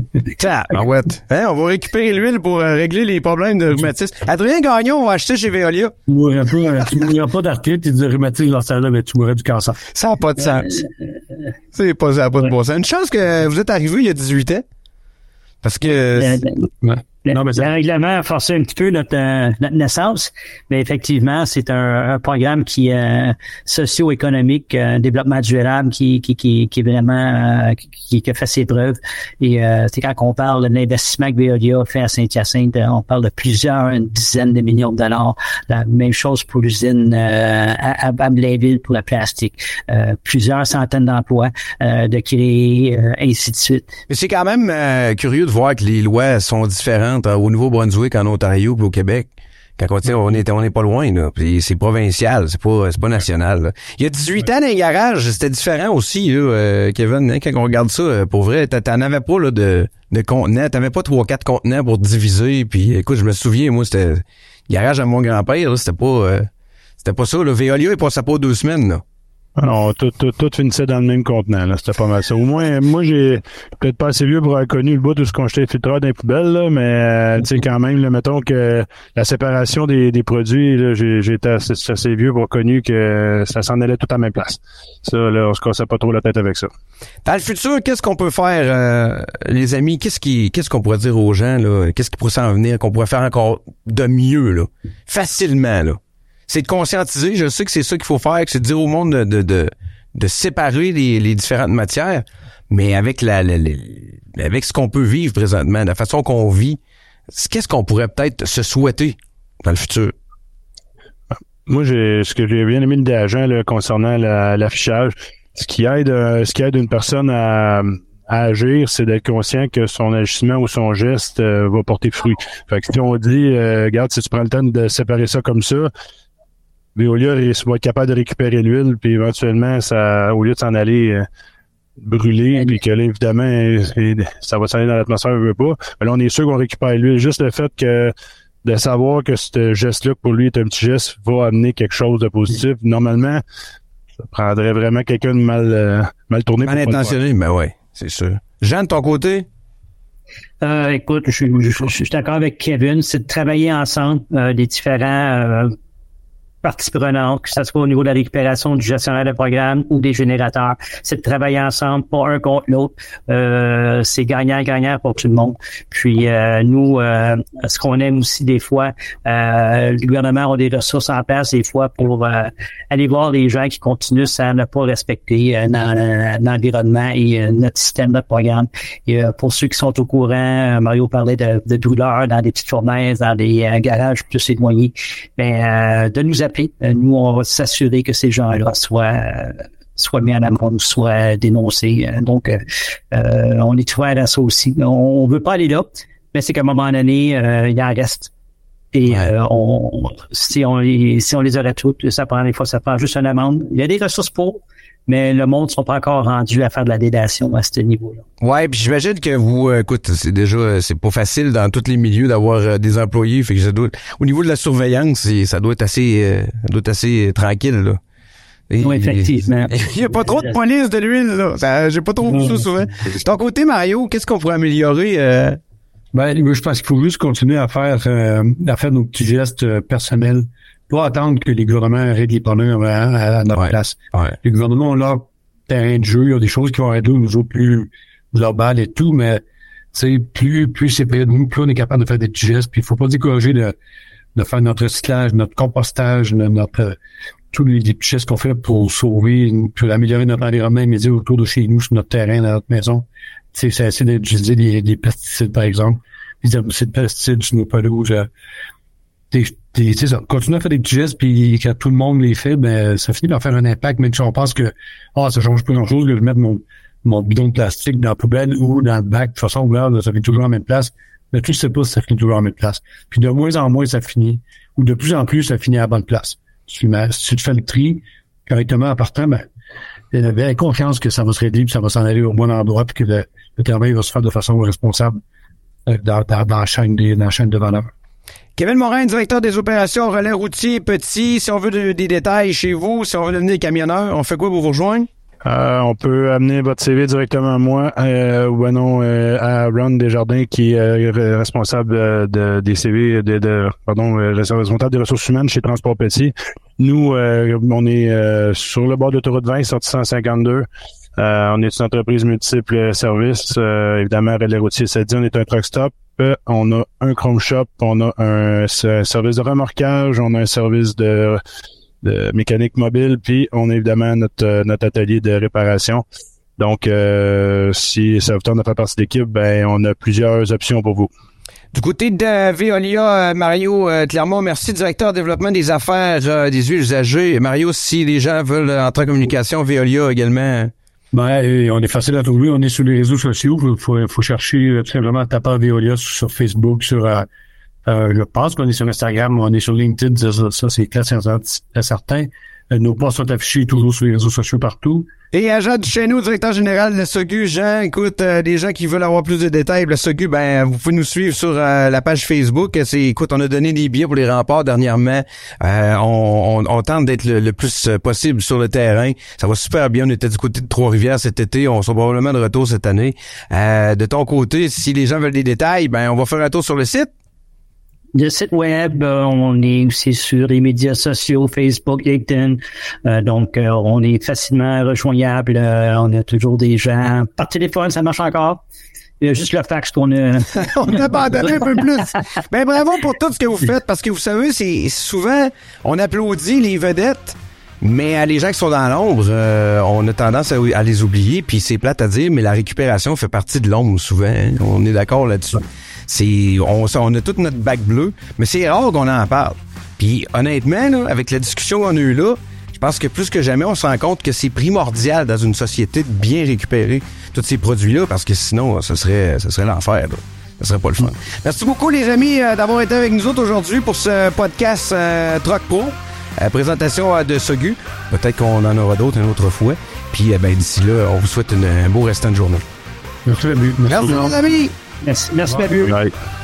Speaker 1: Ouais. Hein, on va récupérer l'huile pour régler les problèmes de rhumatisme. Adrien Gagnon, on va acheter chez Veolia.
Speaker 3: Tu mourrais pas d'arthrite et de rhumatisme dans ça là, mais tu mourrais du cancer.
Speaker 1: Ça n'a pas de sens. Ça n'a pas de bon sens. Une chance que vous êtes arrivé il y a 18 ans. Parce que...
Speaker 2: Le règlement a forcé un petit peu notre naissance, mais effectivement, c'est un programme qui est socio-économique, développement durable, qui est vraiment qui a fait ses preuves. Et c'est quand on parle de l'investissement que Veolia fait à Saint-Hyacinthe, on parle de une dizaine de millions de dollars. La même chose pour l'usine à Blainville pour le plastique. Plusieurs centaines d'emplois de créer, ainsi de suite.
Speaker 1: Mais c'est quand même curieux de voir que les lois sont différentes au Nouveau-Brunswick, en Ontario, puis au Québec. Quand on est pas loin, là. Puis c'est provincial, c'est pas national, là. Il y a 18 ans dans les garages, c'était différent aussi, là, Kevin, hein, quand on regarde ça, pour vrai, t'en avais pas, là, de contenants, t'avais pas 3-4 contenants pour diviser, puis écoute, je me souviens, moi, c'était, le garage à mon grand-père, là, c'était pas ça, le Veolia, il passait pas 2 semaines, là.
Speaker 4: Non, tout finissait dans le même contenant, là. C'était pas mal ça. Au moins, moi, j'ai peut-être pas assez vieux pour avoir connu le bout de ce qu'on jetait filtreur dans les poubelles, là, mais, tu sais, quand même, là, mettons que la séparation des produits, là, j'ai été assez vieux pour avoir connu que ça s'en allait tout à la même place. Ça, là, on se cassait pas trop la tête avec ça.
Speaker 1: Dans le futur, qu'est-ce qu'on peut faire, les amis? Qu'est-ce qu'on pourrait dire aux gens, là? Qu'est-ce qui pourrait s'en venir? Qu'on pourrait faire encore de mieux, là? Facilement, là? C'est de conscientiser, je sais que c'est ça qu'il faut faire, que c'est de dire au monde de séparer les différentes matières, mais avec avec ce qu'on peut vivre présentement, la façon qu'on vit, qu'est-ce qu'on pourrait peut-être se souhaiter dans le futur?
Speaker 4: Moi, ce que j'ai bien aimé de l'agent là, concernant l'affichage, ce qui aide une personne à agir, c'est d'être conscient que son agissement ou son geste va porter fruit. Fait que si on dit, regarde, si tu prends le temps de séparer ça comme ça, Veolia va être capable de récupérer l'huile, puis éventuellement, ça, au lieu de s'en aller brûler, puis que là, évidemment, ça va s'en aller dans l'atmosphère, on veut pas. Mais là, on est sûr qu'on récupère l'huile. Juste le fait que de savoir que ce geste-là, pour lui, est un petit geste, va amener quelque chose de positif. Normalement, ça prendrait vraiment quelqu'un de mal tourné.
Speaker 1: Mal intentionné, mais ouais, c'est sûr. Jean, de ton côté?
Speaker 2: Écoute, je suis d'accord avec Kevin, c'est de travailler ensemble, les différents parties prenantes, que ce soit au niveau de la récupération du gestionnaire de programme ou des générateurs. C'est de travailler ensemble, pas un contre l'autre. C'est gagnant-gagnant pour tout le monde. Puis nous, ce qu'on aime aussi des fois, le gouvernement a des ressources en place des fois pour aller voir les gens qui continuent à ne pas respecter l'environnement et notre système de programme. Et pour ceux qui sont au courant, Mario parlait de brûleurs dans des petites fournaises, dans des garages plus éloignés, de nous appeler. Nous, on va s'assurer que ces gens-là soient mis en amende, soient dénoncés. Donc, on est ouvert à ça aussi. On veut pas aller là, mais c'est qu'à un moment donné, il en reste. Et si on les arrête toutes, ça prend juste une amende. Il y a des ressources pour, mais le monde ne sont pas encore rendus à faire de la dédation à ce niveau-là. Ouais,
Speaker 1: puis j'imagine que vous, écoute, c'est pas facile dans tous les milieux d'avoir des employés, fait que ça doit, au niveau de la surveillance, ça doit être assez tranquille, là.
Speaker 2: Oui, effectivement.
Speaker 1: Il y a pas trop de police de l'huile, là. J'ai pas trop vu ça souvent. De ton côté, Mario, qu'est-ce qu'on pourrait améliorer?
Speaker 3: Je pense qu'il faut juste continuer à faire nos petits gestes personnels. Pas attendre que les gouvernements règlent les problèmes à notre place. Ouais. Les gouvernements ont leur terrain de jeu, il y a des choses qui vont être nous autres plus globales et tout, mais tu sais, plus c'est près de nous, plus on est capable de faire des petits gestes. Puis il faut pas décourager de faire notre recyclage, notre compostage, tous les petits gestes qu'on fait pour sauver, pour améliorer notre environnement immédiat autour de chez nous, sur notre terrain, dans notre maison. Tu sais, c'est essayer d'utiliser des pesticides, par exemple, des herbicides pesticides sur nos pelouses. C'est ça. Continuer à faire des petits gestes, puis quand tout le monde les fait, ça finit par faire un impact, même si on pense que ça change pas grand-chose de mettre mon bidon de plastique dans la poubelle ou dans le bac. De toute façon, ça finit toujours en même place. Mais tu sais pas si ça finit toujours en même place. Puis de moins en moins, ça finit. Ou de plus en plus, ça finit à la bonne place. Si tu fais le tri correctement en partant, il y a bien confiance que ça va se régler, puis ça va s'en aller au bon endroit, puis que le travail va se faire de façon responsable dans la chaîne de valeur.
Speaker 1: Kevin Morin, directeur des opérations relais routier petit. Si on veut des détails chez vous, si on veut devenir camionneur, on fait quoi pour vous rejoindre?
Speaker 4: On peut amener votre CV directement à moi ou à Ron Desjardins qui est responsable des CV responsable des ressources humaines chez Transport Petit. Nous, on est sur le bord de l'autoroute 20, sortie 152. On est une entreprise multiple services. Évidemment, Relais routier, ça dit, on est un truck stop. On a un Chrome Shop, on a un service de remorquage, on a un service de mécanique mobile, puis on a évidemment notre atelier de réparation. Donc, si ça vous tente de faire partie de l'équipe, ben on a plusieurs options pour vous.
Speaker 1: Du côté de Veolia, Mario Clermont, merci, directeur développement des affaires des huiles usagées. Mario, si les gens veulent entrer en communication, Veolia également.
Speaker 3: Ben, on est facile à trouver. On est sur les réseaux sociaux. Faut chercher tout simplement taper Veolia sur Facebook, je pense qu'on est sur Instagram, on est sur LinkedIn, ça c'est clair, c'est certain. Nos postes sont affichés toujours sur les réseaux sociaux partout.
Speaker 1: Et Jean Duchesneau, directeur général de la SOGU. Jean, écoute, des gens qui veulent avoir plus de détails, la SOGU, ben vous pouvez nous suivre sur la page Facebook. Écoute, on a donné des billets pour les remparts dernièrement. On tente d'être le plus possible sur le terrain. Ça va super bien. On était du côté de Trois-Rivières cet été. On sera probablement de retour cette année. De ton côté, si les gens veulent des détails, ben on va faire un tour sur le site.
Speaker 2: Le site web, on est aussi sur les médias sociaux, Facebook, LinkedIn. Donc, on est facilement rejoignable. On a toujours des gens. Par téléphone, ça marche encore. Il y a juste le fax qu'on a...
Speaker 1: on a abandonné un peu plus. Ben bravo pour tout ce que vous faites, parce que vous savez, c'est souvent, on applaudit les vedettes, mais les gens qui sont dans l'ombre, on a tendance à les oublier, puis c'est plate à dire, mais la récupération fait partie de l'ombre souvent. Hein? On est d'accord là-dessus. On a toute notre bac bleu, mais c'est rare qu'on en parle. Puis honnêtement, là, avec la discussion qu'on a eue là, je pense que plus que jamais, on se rend compte que c'est primordial dans une société de bien récupérer tous ces produits-là, parce que sinon, ce serait l'enfer. Là. Ça serait pas le fun. Merci beaucoup, les amis, d'avoir été avec nous autres aujourd'hui pour ce podcast Truck Pro. Présentation de SOGU. Peut-être qu'on en aura d'autres une autre fois. Puis d'ici là, on vous souhaite un beau restant de journée.
Speaker 3: Merci,
Speaker 1: Merci, les amis.
Speaker 2: Merci, Babu.
Speaker 4: Bye.